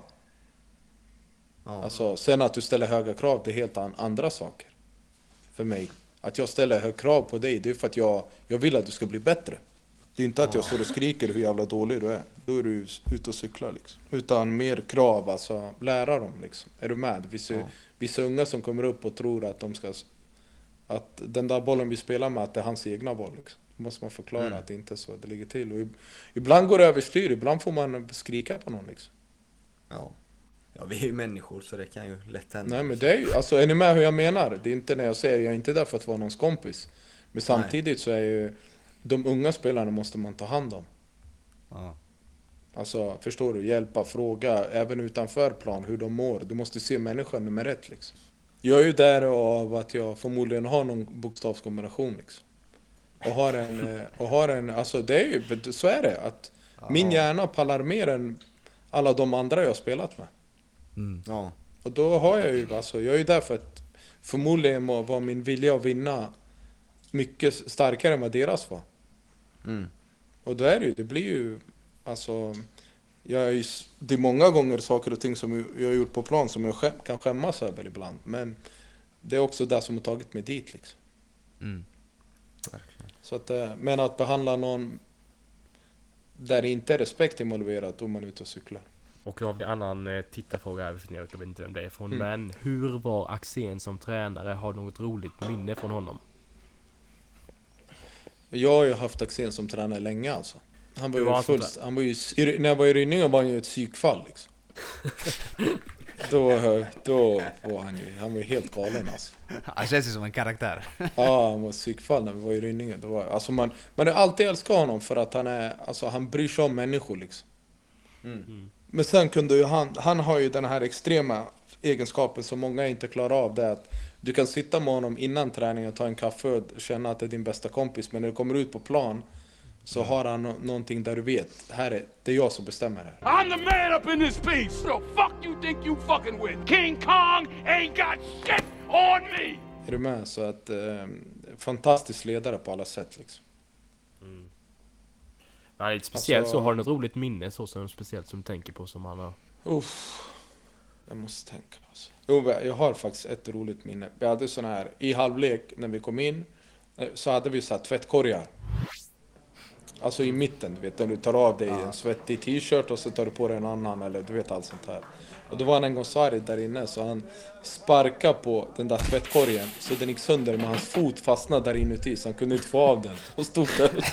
ja. Alltså, sen att du ställer höga krav, det är helt an, andra saker. För mig. Att jag ställer höga krav på dig, det är för att jag, jag vill att du ska bli bättre. Det är inte att jag står och skriker hur jävla dålig du är. Då är du ute och cyklar liksom. Utan mer krav, alltså lära dem liksom. Är du med? Vissa, Ja. vissa unga som kommer upp och tror att de ska... Att den där bollen vi spelar med, att det är hans egna boll liksom. Då måste man förklara Mm. att det inte är så det ligger till. Och ibland går det överstyr, ibland får man skrika på någon liksom. Ja. Ja, vi är ju människor så det kan ju lätt hända. Nej men det är ju, alltså är ni med hur jag menar? Det är inte när jag säger, jag är inte där för att vara någons kompis. Men samtidigt så är ju, de unga spelarna måste man ta hand om. Ja. Alltså förstår du, hjälpa, fråga, även utanför plan hur de mår. Du måste se människan nummer ett liksom. Jag är ju där av att jag förmodligen har någon bokstavskombination liksom. Och har en, eh, och har en, alltså det är ju, så är det. Att min hjärna pallar mer än alla de andra jag har spelat med. Mm. Ja. Och då har jag ju, alltså, jag är ju där för att förmodligen var min vilja att vinna mycket starkare än vad deras var. Mm. Och då är det ju, det blir ju, alltså, jag är ju, det är många gånger saker och ting som jag har gjort på plan som jag skäm, kan skämmas över ibland. Men det är också det som har tagit mig dit liksom. Mm. Så att, eh, men att behandla någon där det inte är respekt involverat, då är man ute och cyklar. Och då har vi en annan eh, tittarfråga här, jag vet inte vem det är från. Mm. Men hur var Axén som tränare? Har du något roligt minne från honom? Jag har ju haft Axén som tränare länge alltså. Han var Hur ju var han som fullst, han var ju, i- när jag var i Rynninge var han ju ett psykfall liksom. då, då var han ju, han var ju helt galen alltså. Han känns ju som en karaktär. Ja, han var ett psykfall när vi var i Rynninge. Då var, alltså man, man har alltid älskat honom för att han är, alltså han bryr sig om människor liksom. Mm. Men sen kunde ju han, han har ju den här extrema egenskapen som många inte klarar av, det är att du kan sitta med honom innan träning och ta en kaffe och känna att det är din bästa kompis, men när du kommer ut på plan så har han no- någonting där du vet, här är, det är jag som bestämmer här. I'm the man up in this piece. Who the fuck you think you fucking with? King Kong ain't got shit on me. Är du med? Så att, eh, fantastisk ledare på alla sätt liksom. Han är lite speciellt, Alltså- så har du något roligt minne så som speciellt som du tänker på som han har? Uff, jag måste tänka alltså. Jo, jag har faktiskt ett roligt minne. Vi hade sån här, i halvlek när vi kom in, eh, så hade vi så här tvättkorgar. Alltså i mitten, du vet, när du tar av dig en svettig t-shirt och så tar du på dig en annan, eller du vet allt sånt här. Och då var han en gång Sari där inne, så han sparkade på den där tvättkorgen så den gick sönder, men hans fot fastnade där inuti så han kunde inte få av den. Och stod där.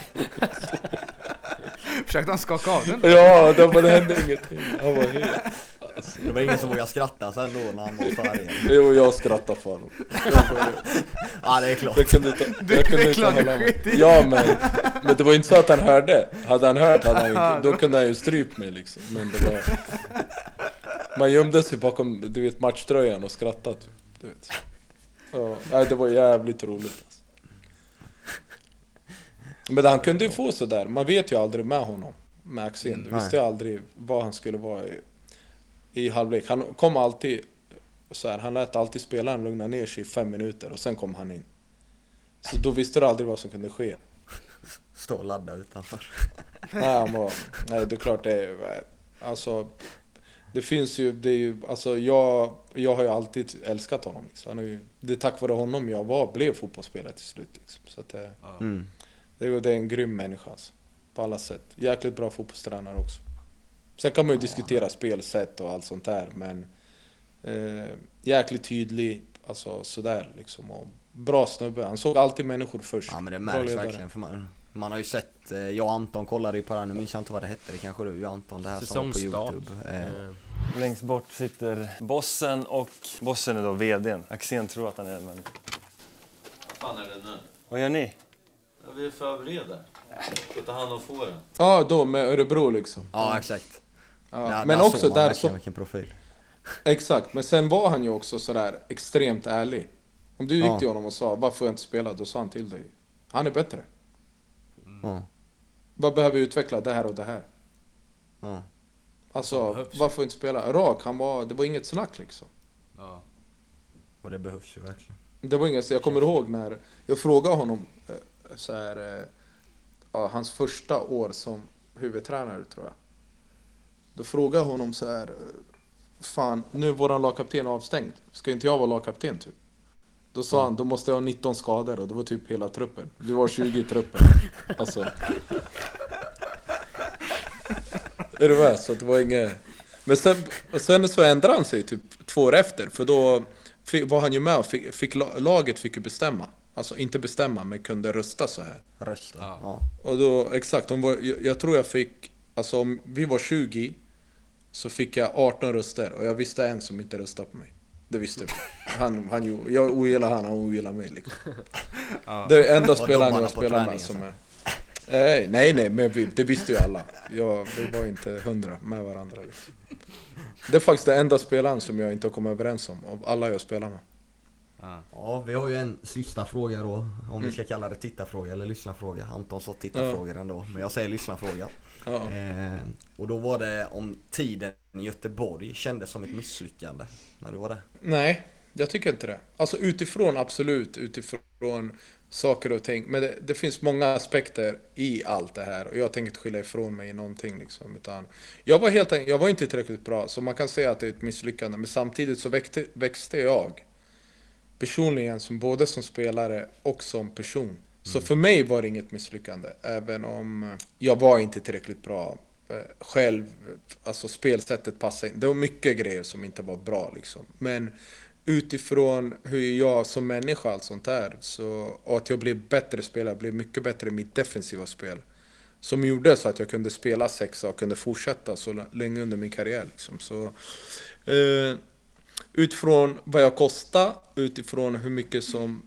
Försökte han skaka av den? Ja, det, var, det hände ingenting. Han var helt... Alltså, Det var ingen som vågade skratta sen då när han var så här igen. Jo, jag skrattar för honom. Ja, det är klart. Jag kunde inte, jag kunde inte hålla mig. Ja, men, men det var inte så att han hörde. Hade han hört, hade han inte, då kunde han ju stryp mig liksom. Men det var... Man gömde sig bakom, du vet, matchtröjan och skrattat. Du vet. Ja, nej, det var jävligt roligt. Alltså. Men han kunde ju få så där. Man vet ju aldrig med honom. Med Axén. Du visste ju aldrig vad han skulle vara i, i halvlek. Han kom alltid så här, han lät alltid spelaren lugna ner sig i fem minuter och sen kom han in. Så då visste du aldrig vad som kunde ske. Stå och ladda utanför. Nej, han var, nej, det är klart det är, alltså, det finns ju, det är ju, alltså jag, jag har ju alltid älskat honom. Liksom. Han är ju, det är tack vare honom jag var, blev fotbollsspelare till slut. Liksom. Så att det, Mm. det, är, det är en grym människa alltså, på alla sätt. Jäkligt bra fotbollstränare också. Sen kan man ju diskutera spelsätt och allt sånt där, men eh, jäkligt tydlig, alltså sådär liksom. Och bra snubbe, han såg alltid människor först. Ja, men det Bra märks ledare. verkligen för man, man har ju sett, eh, jag och Anton kollade ju på det här, nu minns jag inte vad det hette, det kanske du, jag Anton, det här som var på Säsongsstart. YouTube. Eh, Eh, Längst bort sitter bossen och bossen är då vdn. Axén tror att han är, men... Fan är det nu? Vad gör ni? Ja, vi förbereder. Ska ta hand om fåren. Ja, då med Örebro liksom. ja, exakt. Ja. Där- Men där också såg man där verkligen så, vilken profil. exakt, men sen var han ju också sådär extremt ärlig. Om du gick Ja. till honom och sa, varför får jag inte spela? Då sa han till dig, han är bättre. Ja. Vad behöver vi utveckla? Det här och det här. Ja. Alltså, behövs. varför får jag inte spela? Rak, han var, det var inget snack liksom. Ja. Och det behövs ju verkligen. Det var inget, så jag kommer ihåg när jag frågade honom eh, så här, eh, ja, hans första år som huvudtränare tror jag. Då frågade jag honom så här, eh, fan, nu är våran lagkapten avstängd. Ska inte jag vara lagkapten typ? Då sa han, då måste jag ha nitton skador och det var typ hela truppen. Vi var tjugo i truppen. Alltså. Är du med? Så det var inget... Men sen, sen så ändrade han sig typ två år efter. För då fick, var han ju med och fick, fick, laget fick ju bestämma. Alltså inte bestämma, men kunde rösta så här. Rösta. Ja. Ja. Och då, exakt, de var, jag, jag tror jag fick, alltså om vi var tjugo så fick jag arton röster och jag visste en som inte röstade på mig. Det visste jag. Han, han, ju- jag ogillar han, han ogillar mig liksom. Det är enda Var spelaren domarna jag på spelar med träningen som sen? är... Nej, nej, nej, men vi, det visste ju alla. Jag, vi var inte hundra med varandra. Liksom. Det är faktiskt den enda spelaren som jag inte har kommit överens om, av alla jag spelar med. Ja, vi har ju en sista fråga då, om vi ska kalla det tittarfråga eller lyssnarfråga. Anton sa tittarfrågor ändå, men jag säger lyssnarfråga. Ja. Eh, och då var det om tiden i Göteborg kändes som ett misslyckande när du var där. Nej, jag tycker inte det. Alltså utifrån, absolut, utifrån saker och ting. Men det, det finns många aspekter i allt det här. Och jag tänker inte skilja ifrån mig i någonting liksom. Utan jag var helt enkelt, jag var inte tillräckligt bra. Så man kan säga att det är ett misslyckande. Men samtidigt så växte, växte jag personligen, som både som spelare och som person. Så för mig var det inget misslyckande. Även om jag var inte tillräckligt bra eh, själv. Alltså spelsättet passade in. Det var mycket grejer som inte var bra liksom. Men utifrån hur jag som människa allt sånt där, så, och att jag blev bättre spelare, blev mycket bättre i mitt defensiva spel. Som gjorde så att jag kunde spela sexa och kunde fortsätta så länge under min karriär liksom. Så, eh, utifrån vad jag kostade, utifrån hur mycket som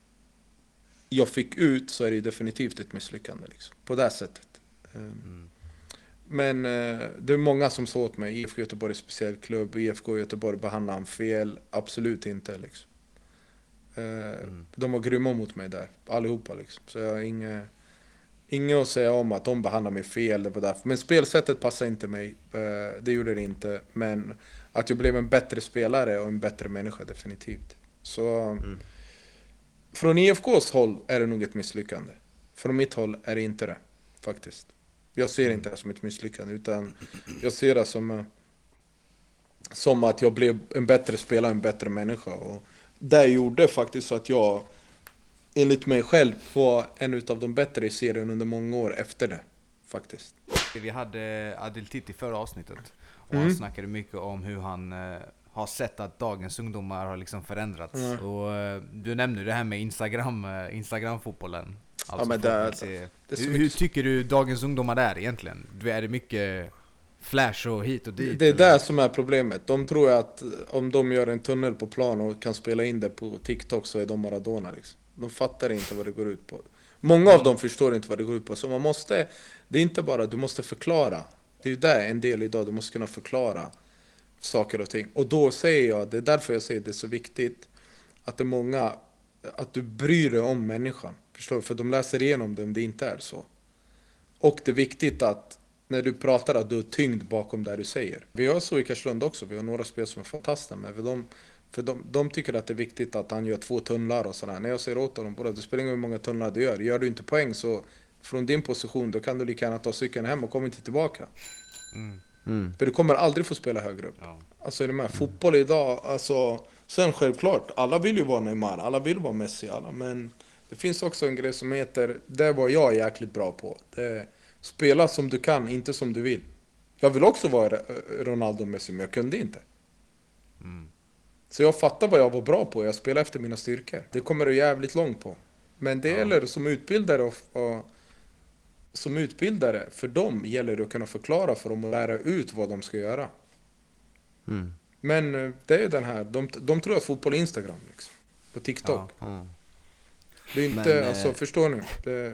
jag fick ut, så är det definitivt ett misslyckande liksom, på det här sättet. Mm. Men eh, det är många som sa åt mig, I F K Göteborg är en speciell klubb, I F K Göteborg behandlar han fel, absolut inte liksom. Eh, mm. De var grymma mot mig där, allihopa liksom. Så jag har inget, inget att säga om att de behandlar mig fel, det var därför. Men spelsättet passar inte mig, eh, det gjorde det inte. Men att jag blev en bättre spelare och en bättre människa, definitivt. Så mm. från I F K:s håll är det nog ett misslyckande. Från mitt håll är det inte det, faktiskt. Jag ser inte det som ett misslyckande, utan jag ser det som, som att jag blev en bättre spelare, en bättre människa. Och det gjorde faktiskt så att jag, enligt mig själv, var en av de bättre i serien under många år efter det, faktiskt. Vi hade Adil Titti förra avsnittet och Mm. han snackade mycket om hur han eh, har sett att dagens ungdomar har liksom förändrats. Mm. Och eh, du nämnde det här med Instagram, eh, Instagram-fotbollen. Alltså Ja, men folk det- vill se- det är så hur, mycket- hur tycker du dagens ungdomar är egentligen? Är det mycket flash och hit och dit. Det är eller? det som är problemet. De tror att om de gör en tunnel på plan och kan spela in det på TikTok så är de Maradona liksom. De fattar inte vad det går ut på. Många av dem förstår inte vad det går ut på. Så man måste, det är inte bara, du måste förklara. Det är ju där en del idag, du måste kunna förklara saker och ting. Och då säger jag, det är därför jag säger det är så viktigt att det är många, att du bryr dig om människan. Förstår du? För de läser igenom det om det inte är så. Och det är viktigt att när du pratar att du har tyngd bakom det du säger. Vi har så i Karlslund också, vi har några spel som är fantastiska, men för de, för de, de tycker att det är viktigt att han gör två tunnlar och sådär. När jag säger åt honom, det spelar ingen hur många tunnlar du gör. Gör du inte poäng så från din position, då kan du lika gärna ta cykeln hem och komma inte tillbaka. Mm. Mm. För du kommer aldrig få spela högre upp. Ja. Alltså är det med? Fotboll idag, alltså, sen självklart, alla vill ju vara Neymar, alla vill vara Messi, alla, men det finns också en grej som heter, det var jag jäkligt bra på. Det, spela som du kan, inte som du vill. Jag vill också vara Ronaldo och Messi, men jag kunde inte. Mm. Så jag fattar vad jag var bra på, jag spelar efter mina styrkor. Det kommer du jävligt långt på. Men det Ja. gäller som utbildare och, och som utbildare, för dem gäller det att kunna förklara för dem och lära ut vad de ska göra. Mm. Men eh, det är den här, de, de tror att fotboll är Instagram liksom, på TikTok. Ja. Ja. Det är inte, Men, eh, alltså förstår ni? Det,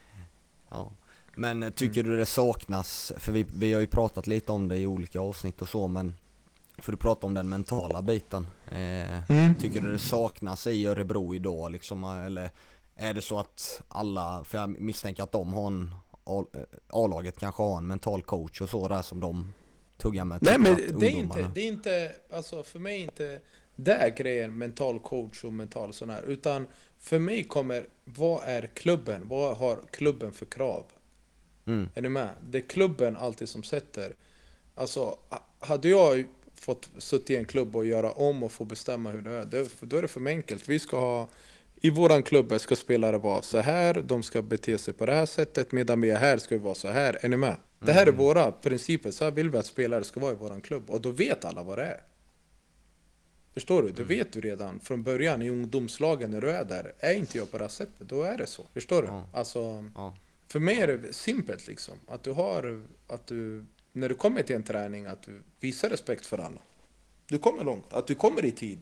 Ja. Men eh, tycker du det saknas, för vi, vi har ju pratat lite om det i olika avsnitt och så, men för du pratar om den mentala biten. Eh, Mm. Tycker du det saknas i Örebro idag liksom, eller är det så att alla, för jag misstänker att de har en, A-laget kanske har en mental coach och så där som de tuggar med. nej men tycker att det är ungdomarna- inte, det är inte, alltså för mig är inte det är grejen, mental coach och mental sån här, utan för mig kommer, vad är klubben? Vad har klubben för krav? Mm. Är ni med? Det är klubben alltid som sätter. Alltså, ha- hade jag fått sitta i en klubb och göra om och få bestämma hur det är, det, då är det för enkelt. Vi ska ha, i våran klubb ska spelare vara så här, de ska bete sig på det här sättet, medan vi är här ska vi vara så här. Är ni med? Det här är våra principer, så här vill vi att spelare ska vara i våran klubb. Och då vet alla vad det är. Förstår du? Det vet du redan från början i ungdomslagen när du är där. Är inte jag på det här sättet, då är det så. Förstår du? Ja. Alltså, Ja. för mig är det simpelt liksom. Att du har, att du, när du kommer till en träning, att du visar respekt för alla. Du kommer långt, att du kommer i tid.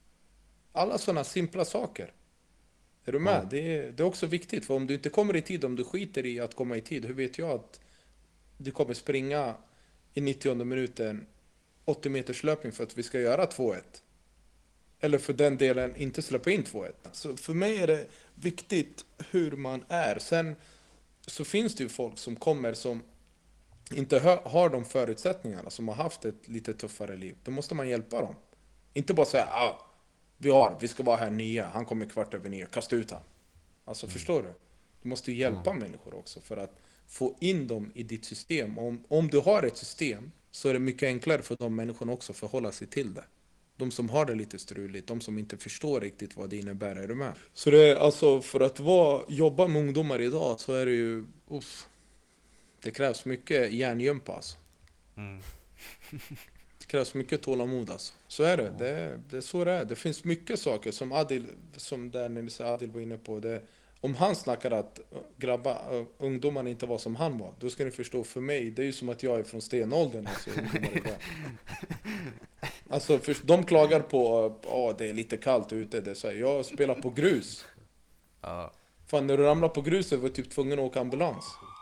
Alla sådana simpla saker. Är du med? Ja. Det, är, det är också viktigt, för om du inte kommer i tid, om du skiter i att komma i tid, hur vet jag att du kommer springa i nittionde minuten åttio meters löpning för att vi ska göra två ett? Eller för den delen inte släppa in två ett. Så för mig är det viktigt hur man är. Sen så finns det ju folk som kommer som inte hö- har de förutsättningarna, som har haft ett lite tuffare liv. Då måste man hjälpa dem. Inte bara säga, ah, vi har, vi ska vara här nya, han kommer kvart över nio, kasta ut han. Alltså förstår du? Du måste ju hjälpa människor också för att få in dem i ditt system. Om, om du har ett system så är det mycket enklare för de människorna också att förhålla sig till det. De som har det lite struligt, de som inte förstår riktigt vad det innebär, är du med? Så det är alltså, för att vara, jobba med ungdomar idag så är det ju, uff, det krävs mycket hjärngympa alltså. Mm. Det krävs mycket tålamod alltså. Så är det, det, är- det är så det är. Det finns mycket saker som Adil, som där när ni säger Adil var inne på, det, om han snackar att uh, grabba, uh, ungdomarna inte var som han var, då ska ni förstå, för mig, det är ju som att jag är från stenåldern alltså, ungdomar idag. Alltså för, de klagar på att uh, det är lite kallt ute, det är så här, jag spelar på grus. Ja. Fan, när du ramlar på gruset var du typ tvungen att åka ambulans.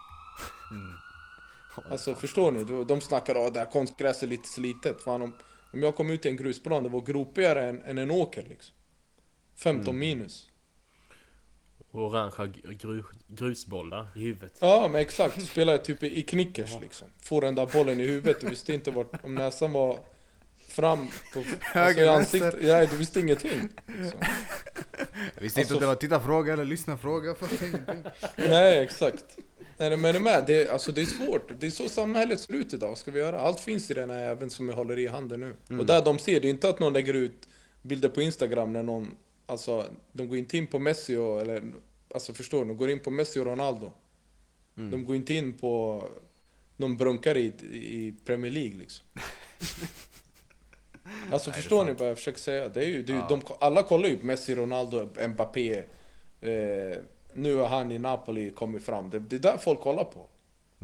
Alltså förstår ni? De- De snackar att det här konstgräset är lite slitet. Fan, om, om jag kom ut i en grusplan, det var gropigare än, än en åker liksom. femton minus. Orangea gru, grusbollar i huvudet. Ja men exakt, spelar typ i, i knickers liksom. Får den där bollen i huvudet, du visste inte vart, om näsan var fram på, alltså, Höger, i vänster. ansiktet. Ja, du visste ingenting. Liksom. Jag visste inte Alltså- om det var titta-fråga eller lyssna-fråga. För ingenting. Nej, exakt. Nej, men är du med? Det, är- alltså, det är svårt. Det är så samhället ser ut idag. Vad ska vi göra? Allt finns i den här även som jag håller i handen nu. Och där de ser, det är inte att någon lägger ut bilder på Instagram när någon, alltså, de går inte in på Messi och, eller, alltså förstår du, de går in på Messi och Ronaldo. De går inte in på någon brunkare i, i Premier League liksom. Alltså Nej, det är förstår ni sant. vad jag försöker säga? Det är ju, det är ju, Ja. de, alla kollar ju på Messi, Ronaldo, Mbappé. Eh, nu har han i Napoli kommit fram. Det, det är där folk kollar på. Mm.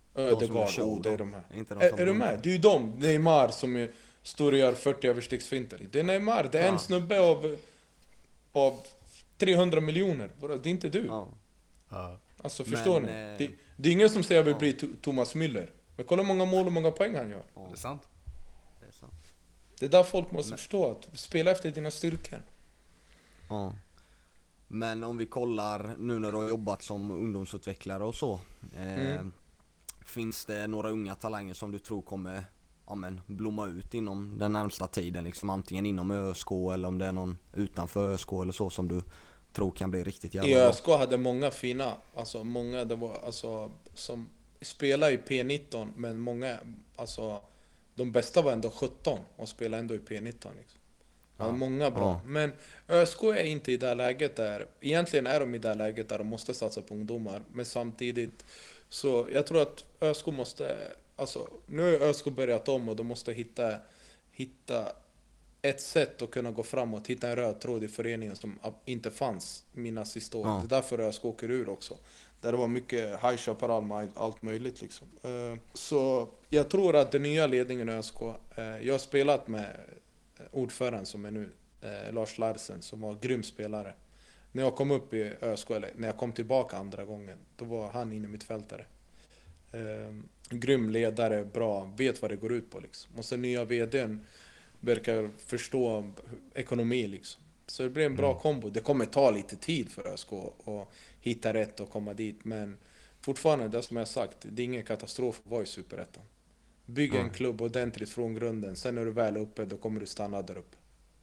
Ödegaard, kör oh, det är dem. de här. Inte de Är, som är du de- med? Det är ju de, Neymar, som är, står och gör fyrtio överstegsfinter. Det är Neymar, det är en Ja. snubbe av, av trehundra miljoner. Bro, det är inte du. Ja. Ja. Alltså Men, förstår ni? eh, Det, det är ingen som säger att jag vill ja. bli To- Thomas Müller. Men kolla hur många mål och många poäng han gör. Ja, Det är sant. det är sant. Det är där folk måste Men- förstå att spela efter dina styrkor. Ja. Men om vi kollar nu när du har jobbat som ungdomsutvecklare och så. Eh, Mm. Finns det några unga talanger som du tror kommer ja, men, blomma ut inom den närmsta tiden? Liksom, antingen inom ÖSK eller om det är någon utanför ÖSK eller så som du tror kan bli riktigt jävla I bra. ÖSK hade många fina, alltså många det var, alltså, som spelade i P nitton, men många, alltså de bästa var ändå sjutton och spelade ändå i P nitton. Liksom. Ja, Ja. många bra. Ja. Men ÖSK är inte i det här läget där, egentligen är de i det här läget där de måste satsa på ungdomar, men samtidigt så jag tror att ÖSK måste, alltså nu har ÖSK börjat om och de måste hitta, hitta ett sätt att kunna gå framåt, hitta en röd tråd i föreningen som inte fanns mina sista år. Ja. Det är därför ÖSK åker ur också. Där det var mycket High Chaparral, allt möjligt liksom. Eh, Så jag tror att den nya ledningen i ÖSK, eh, jag har spelat med ordföranden som är nu, eh, Lars Larsen, som var grym spelare. När jag kom upp i ÖSK, eller när jag kom tillbaka andra gången, då var han inne mittfältare. Eh, grym ledare, bra, vet vad det går ut på liksom. Och sen nya vdn verkar förstå ekonomi liksom. Så det blir en bra kombo. Det kommer ta lite tid för ÖSK att hitta rätt och komma dit. Men fortfarande, det som jag sagt, det är ingen katastrof att vara i Superettan. Bygg en Mm. klubb ordentligt från grunden. Sen när du väl är uppe, då kommer du stanna där uppe.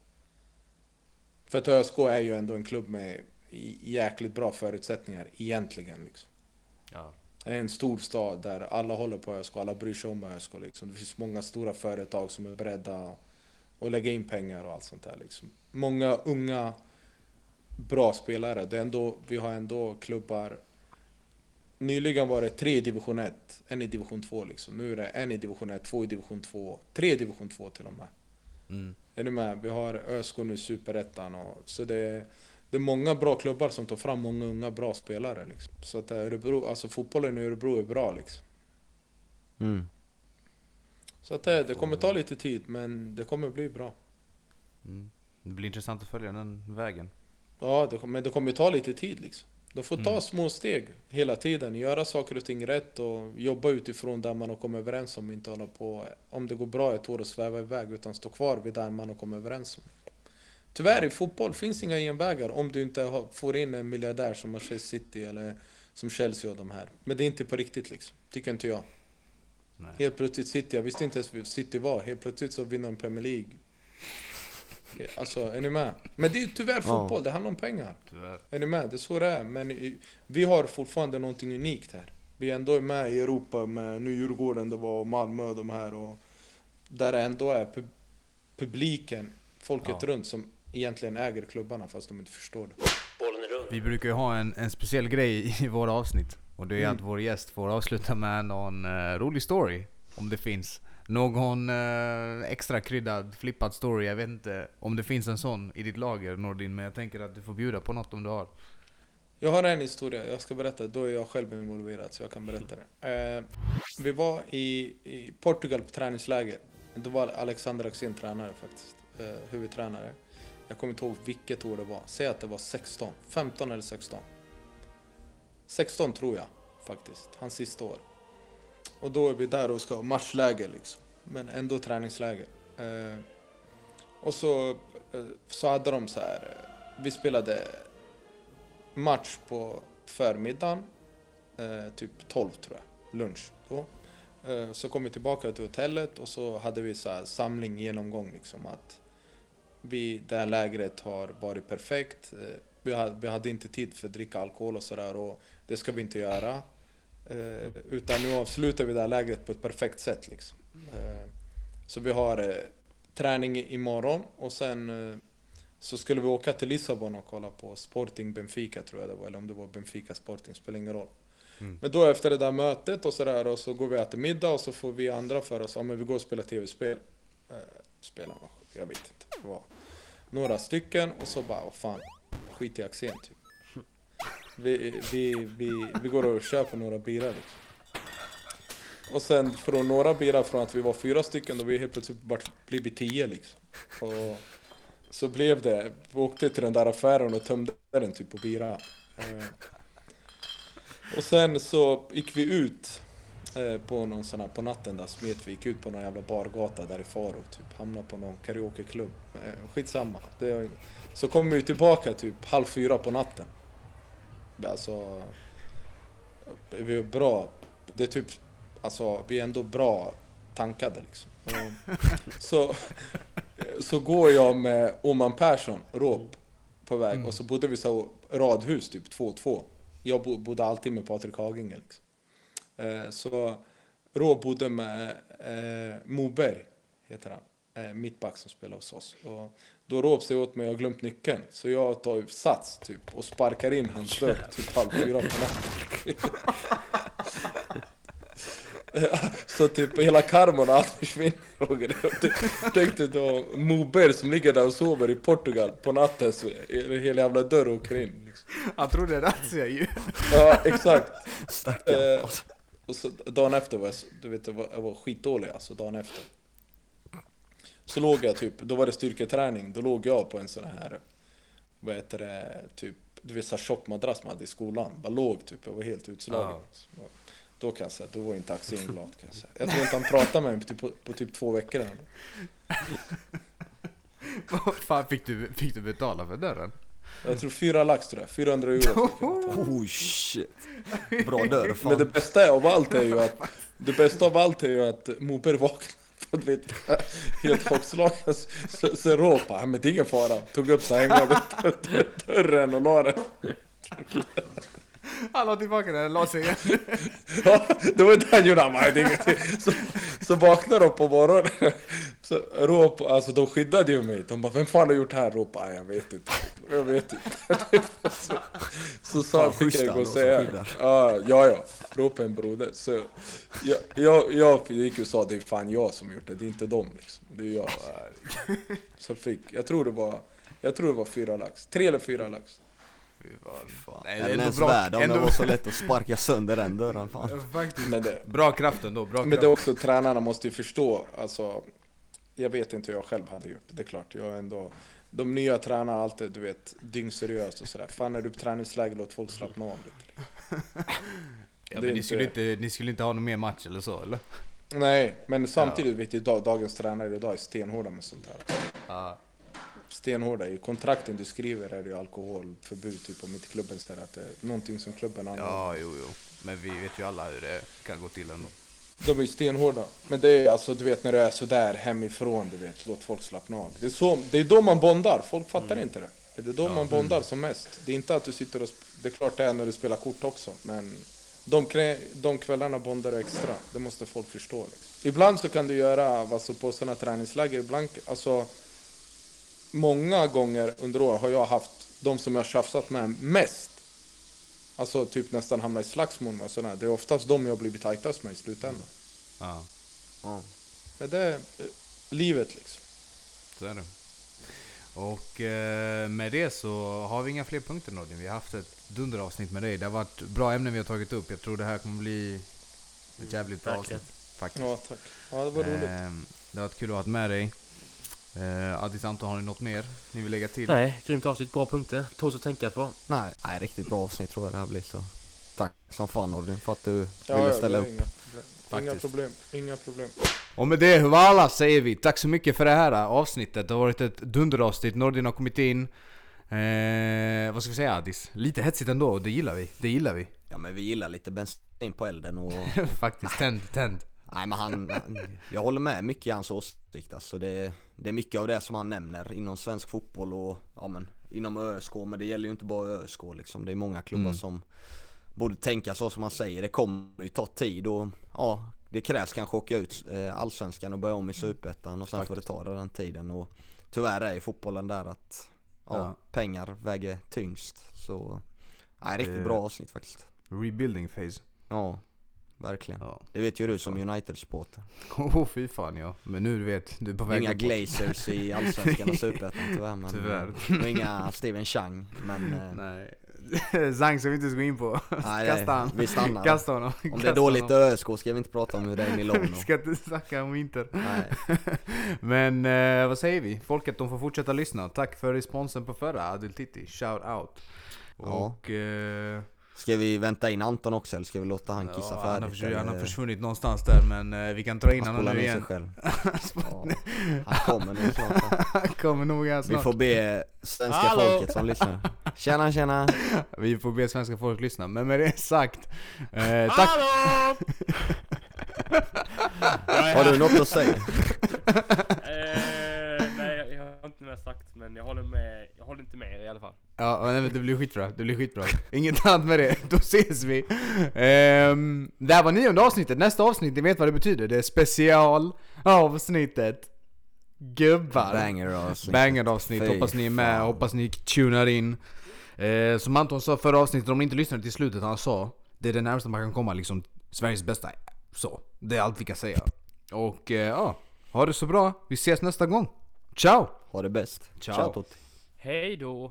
För att ÖSK är ju ändå en klubb med jäkligt bra förutsättningar egentligen liksom. Ja. Det är en stor stad där alla håller på ÖSK, alla bryr sig om ÖSK liksom. Det finns många stora företag som är beredda att lägga in pengar och allt sånt där liksom. Många unga, bra spelare. Det är ändå, vi har ändå klubbar. Nyligen var det tre i division ett, en i division två liksom. Nu är det en i division ett, två i division två, tre i division två till och med. Mm. Är ni med? Vi har ÖSK nu, Superettan och så det är, det är många bra klubbar som tar fram många unga bra spelare liksom. Så att Örebro, alltså fotbollen i Örebro är bra liksom. Mm. Så att det, det kommer ta lite tid, men det kommer bli bra. Mm. Det blir intressant att följa den vägen. Ja, det, men det kommer ta lite tid liksom. De får ta Mm. små steg hela tiden, göra saker och ting rätt och jobba utifrån där man har kommit överens om, inte hålla på, om det går bra ett år och sväva iväg, utan stå kvar vid där man har kommit överens om. Tyvärr i fotboll finns inga genvägar om du inte har, får in en miljardär som Manchester City eller som Chelsea och de här. Men det är inte på riktigt liksom, tycker inte jag. Nej. Helt plötsligt City, jag visste inte ens vad City var, helt plötsligt så vinner de Premier League. Alltså, är ni med? Men det är ju tyvärr fotboll, det handlar om pengar. Tyvärr. Är ni med? Det är så det är. Men i- vi har fortfarande någonting unikt här. Vi är ändå med i Europa med nu Djurgården, det var Malmö och de här. Och där det ändå är pub- publiken, folket Ja. runt, som egentligen äger klubbarna fast de inte förstår det. Vi brukar ju ha en, en speciell grej i våra avsnitt. Och det är Mm. att vår gäst får avsluta med någon uh, rolig story. Om det finns. Någon uh, extra kryddad, flippad story. Jag vet inte om det finns en sån i ditt lager, Nordin. Men jag tänker att du får bjuda på något om du har. Jag har en historia, jag ska berätta. Då är jag själv involverad så jag kan berätta det. Eh, vi var i, i Portugal på träningsläger. Då var Alexander Axén tränare faktiskt. Eh, huvudtränare. Jag kommer inte ihåg vilket år det var. Säg att det var sexton. femton eller sexton. sexton tror jag faktiskt. Hans sista år. Och då är vi där och ska ha matchläger liksom. Men ändå träningsläger. Eh, och så, eh, så hade de så här. Eh, vi spelade match på förmiddagen. Eh, typ tolv tror jag. Lunch då. Eh, så kom vi tillbaka till hotellet och så hade vi så här samling, genomgång liksom. Att vi, det här lägret har varit perfekt. Eh, vi, hade, vi hade inte tid för att dricka alkohol och sådär. Och det ska vi inte göra. Eh, utan nu avslutar vi det här lägret på ett perfekt sätt liksom. Eh, så vi har eh, träning i- imorgon och sen eh, så skulle vi åka till Lissabon och kolla på Sporting Benfica tror jag det var. Eller om det var Benfica Sporting, spelar ingen roll. Mm. Men då efter det där mötet och sådär och så går vi och äter middag och så får vi andra för oss, ja men vi går och spelar tv-spel. Eh, spelarna, jag vet inte. Det var några stycken och så bara, vad fan, skit i Axén typ. Vi, vi, vi, vi går och köper några bira liksom. Och sen från några bilar från att vi var fyra stycken, då vi helt plötsligt bara blivit tio liksom. Och så blev det, vi åkte till den där affären och tömde den typ på bira. Eh, och sen så gick vi ut eh, på någon sån här, på natten där smet vi, gick ut på någon jävla bargata där i Faro, typ hamnade på någon karaokeklubb. Eh, skitsamma. Det, så kom vi tillbaka typ halv fyra på natten. Alltså, vi är bra, det är typ, alltså vi är ändå bra tankade liksom. Och, så, så går jag med Oman Persson, Råp, på väg. Mm. Och så bodde vi så radhus typ två och två. Jag bodde alltid med Patrik Haginge liksom. Eh, så Råp bodde med eh, Moberg, heter han. Eh, mittback som spelar hos oss. Och då Råp sig åt mig och glömt nyckeln. Så jag tar upp sats typ och sparkar in hans dörr typ halv fyra på natten. Så typ hela karmon och allt försvinner. Jag tänkte då Moberg som ligger där och sover i Portugal på natten, så hela jävla dörr åker in liksom. Jag trodde det att säga ju. Ja, exakt. eh, Och så dagen efter var jag, du vet, jag var, jag var skitdålig alltså dagen efter. Så låg jag typ, då var det styrketräning, då låg jag på en sån här, vad heter det, typ, du vet så här tjockmadrass man hade i skolan. Bara låg typ, jag var helt utslagen. Ja. Så, då kan jag säga, då var inte Axén glad kan jag säga. Jag tror inte han pratade med mig på, på, på typ två veckor. Här. Vad fan fick du, fick du betala för dörren? Jag tror fyra lax tror jag, fyrahundra euro. Oh shit. Bra dörr fan. Men det bästa av allt är ju att, det bästa av allt är ju att Moberg vaknade. Vet, helt chockslagen, så, så råpade han, men det är ingen fara. Tog upp så hängde dörren och la den. Han la tillbaka den och la sig igen. Ja, det var inte han gjorde, han bara, det är ingenting. Så, så vaknade de på morgonen. Så råp, alltså de skyddade ju mig. De bara, vem fan har gjort det här? Råpa, jag vet inte. Jag vet inte. Så, så sa fick jag gå och säga. Ja, ja, ja. Råpa en broder. Så jag, jag, jag gick och sa, det är fan jag som gjort det. Det är inte dem liksom. Det är jag. Så fick, jag tror det var, jag tror det var fyra lax. Tre eller fyra lax. Fan. Nej, det är ändå bra. Värld, om ändå... det var så lätt att sparka sönder den dörren fan. Men det, bra kraften då, bra men kraft. det är också, tränarna måste ju förstå, alltså jag vet inte hur jag själv hade gjort. Det är klart, jag är ändå, de nya tränarna alltid, du vet, dyngseriöst och sådär. Fan, är du på träningsläger, låt folk slappna av lite. Ja, men ni skulle, inte, ni skulle inte ha någon mer match eller så, eller? Nej, men samtidigt ja. Vet jag, dag, dagens tränare idag är stenhårda med sånt här. Ja. Stenhårda. I kontrakten du skriver är det ju alkoholförbud typ på mitt klubben där, att det är någonting som klubben använder. Ja, jo, jo. Men vi vet ju alla hur det kan gå till ändå. De är ju stenhårda. Men det är alltså, du vet, när du är så där hemifrån, du vet, låt folk slappna av. Det är, så, det är då man bondar. Folk fattar mm. inte det. Det är då ja, man bondar mm. som mest. Det är inte att du sitter och... Det är klart det är när du spelar kort också, men de, de kvällarna bondar du extra. Det måste folk förstå. Liksom. Ibland så kan du göra, alltså på sådana träningsläger, ibland, alltså många gånger under år har jag haft de som jag tjafsat med mest. Alltså typ nästan hamnar i slagsmål och sådär. Det är oftast de jag har blivit tajtast med i slutändan. Ja. Ja. Men det är livet liksom. Så är det. Och eh, med det så har vi inga fler punkter nu. Vi har haft ett dunderavsnitt med dig. Det har varit bra ämnen vi har tagit upp. Jag tror det här kommer bli ett jävligt bra avsnitt. Faktiskt. Ja, tack. Ja, det var roligt. Eh, det har varit kul att ha med dig. Eh, Addis Anton, har ni något mer ni vill lägga till? Nej, grymt avsnitt, bra punkter. Tåls att tänka på. Nej, nej, riktigt bra avsnitt tror jag det här blir så. Tack som fan Odin för att du ja, ville ja, ställa upp. Inga, inga problem, inga problem. Och med det, Huvala, säger vi tack så mycket för det här avsnittet. Det har varit ett dunderavsnitt. Nordin har kommit in. Eh, vad ska vi säga, Addis? Lite hetsigt ändå, det gillar vi. Det gillar vi. Ja, men vi gillar lite bensin på elden och... Faktiskt, tänd, tänd. Nej, men han... jag håller med mycket i hans åsikt. Alltså det, det är mycket av det som han nämner inom svensk fotboll och ja, men, inom ÖSK. Men det gäller ju inte bara ÖSK liksom. Det är många klubbar mm. som borde tänka så som man säger. Det kommer ju ta tid och ja... Det krävs kanske åka ut eh, allsvenskan och börja om i superettan och sen får det ta den tiden. Och tyvärr är ju fotbollen där att ja, ja. pengar väger tyngst. Så nej, riktigt bra avsnitt faktiskt. Rebuilding phase. Ja, verkligen. Ja. Det vet ju du som United-supporter. Åh oh, fy fan ja. Men nu du vet, du är på väg. Inga Glazers i allsvenskan och superettan tyvärr. Men, tyvärr. Och inga Steven Chang. Men, nej. Zang som vi inte ska gå in på. Nej, Kasta han. vi stannar. Kasta honom. Om Kasta det är dåligt honom. ÖSK ska vi inte prata om hur det är i Milano. Ska inte snacka om vinter. Nej. Men eh, vad säger vi? Folket, de får fortsätta lyssna. Tack för responsen på förra Adil Titti. Shout out. Ja. Och eh, Ska vi vänta in Anton också eller ska vi låta han kissa ja, färdigt? han, har försvunnit, han har eller? försvunnit någonstans där, men eh, vi kan dra in Han honom spolar nu ner sig igen. själv. Ja, han kommer nu snart. Han kommer nog igen snart. Vi får be svenska Hallå! folket som lyssnar. Tjena, tjena. Vi får be svenska folk lyssna. Men med det sagt, eh, tack. Hallå! Har du något att säga? eh, nej, jag har inte mer sagt, men jag håller med. Jag håller inte med er i alla fall. Ja, men det blir skitbra. Det blir skitbra. Inget annat med det. Då ses vi. Um, det här var nionde avsnittet. Nästa avsnitt, ni vet vad det betyder. Det är specialavsnittet. Gubbar. Banger avsnitt. Banger avsnitt. Fy Hoppas ni är med. fan. Hoppas ni tunar in. Eh, som Anton sa förra avsnittet, om ni inte lyssnade till slutet, han sa det är det närmaste man kan komma liksom Sveriges bästa. Så, det är allt vi kan säga. Och eh, ja, ha det så bra. Vi ses nästa gång. Ciao! Ha det bäst. Ciao. Ciao Totti. Hej då!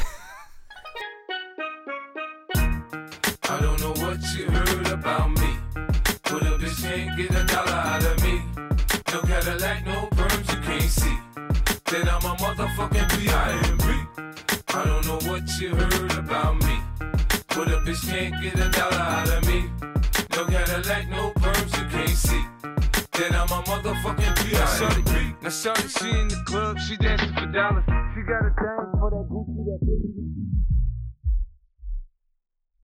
I don't know what you heard about me, but a bitch can't get a dollar out of me. No Cadillac, no perms you can't see. Then I'm a motherfucking P I M P. I don't know what you heard about me, but a bitch can't get a dollar out of me. No Cadillac, no perms you can't see. Then I'm a motherfucking P I M P. Now shorty, she in the club, she dancing for dollars. She got a thing for that Gucci, that baby.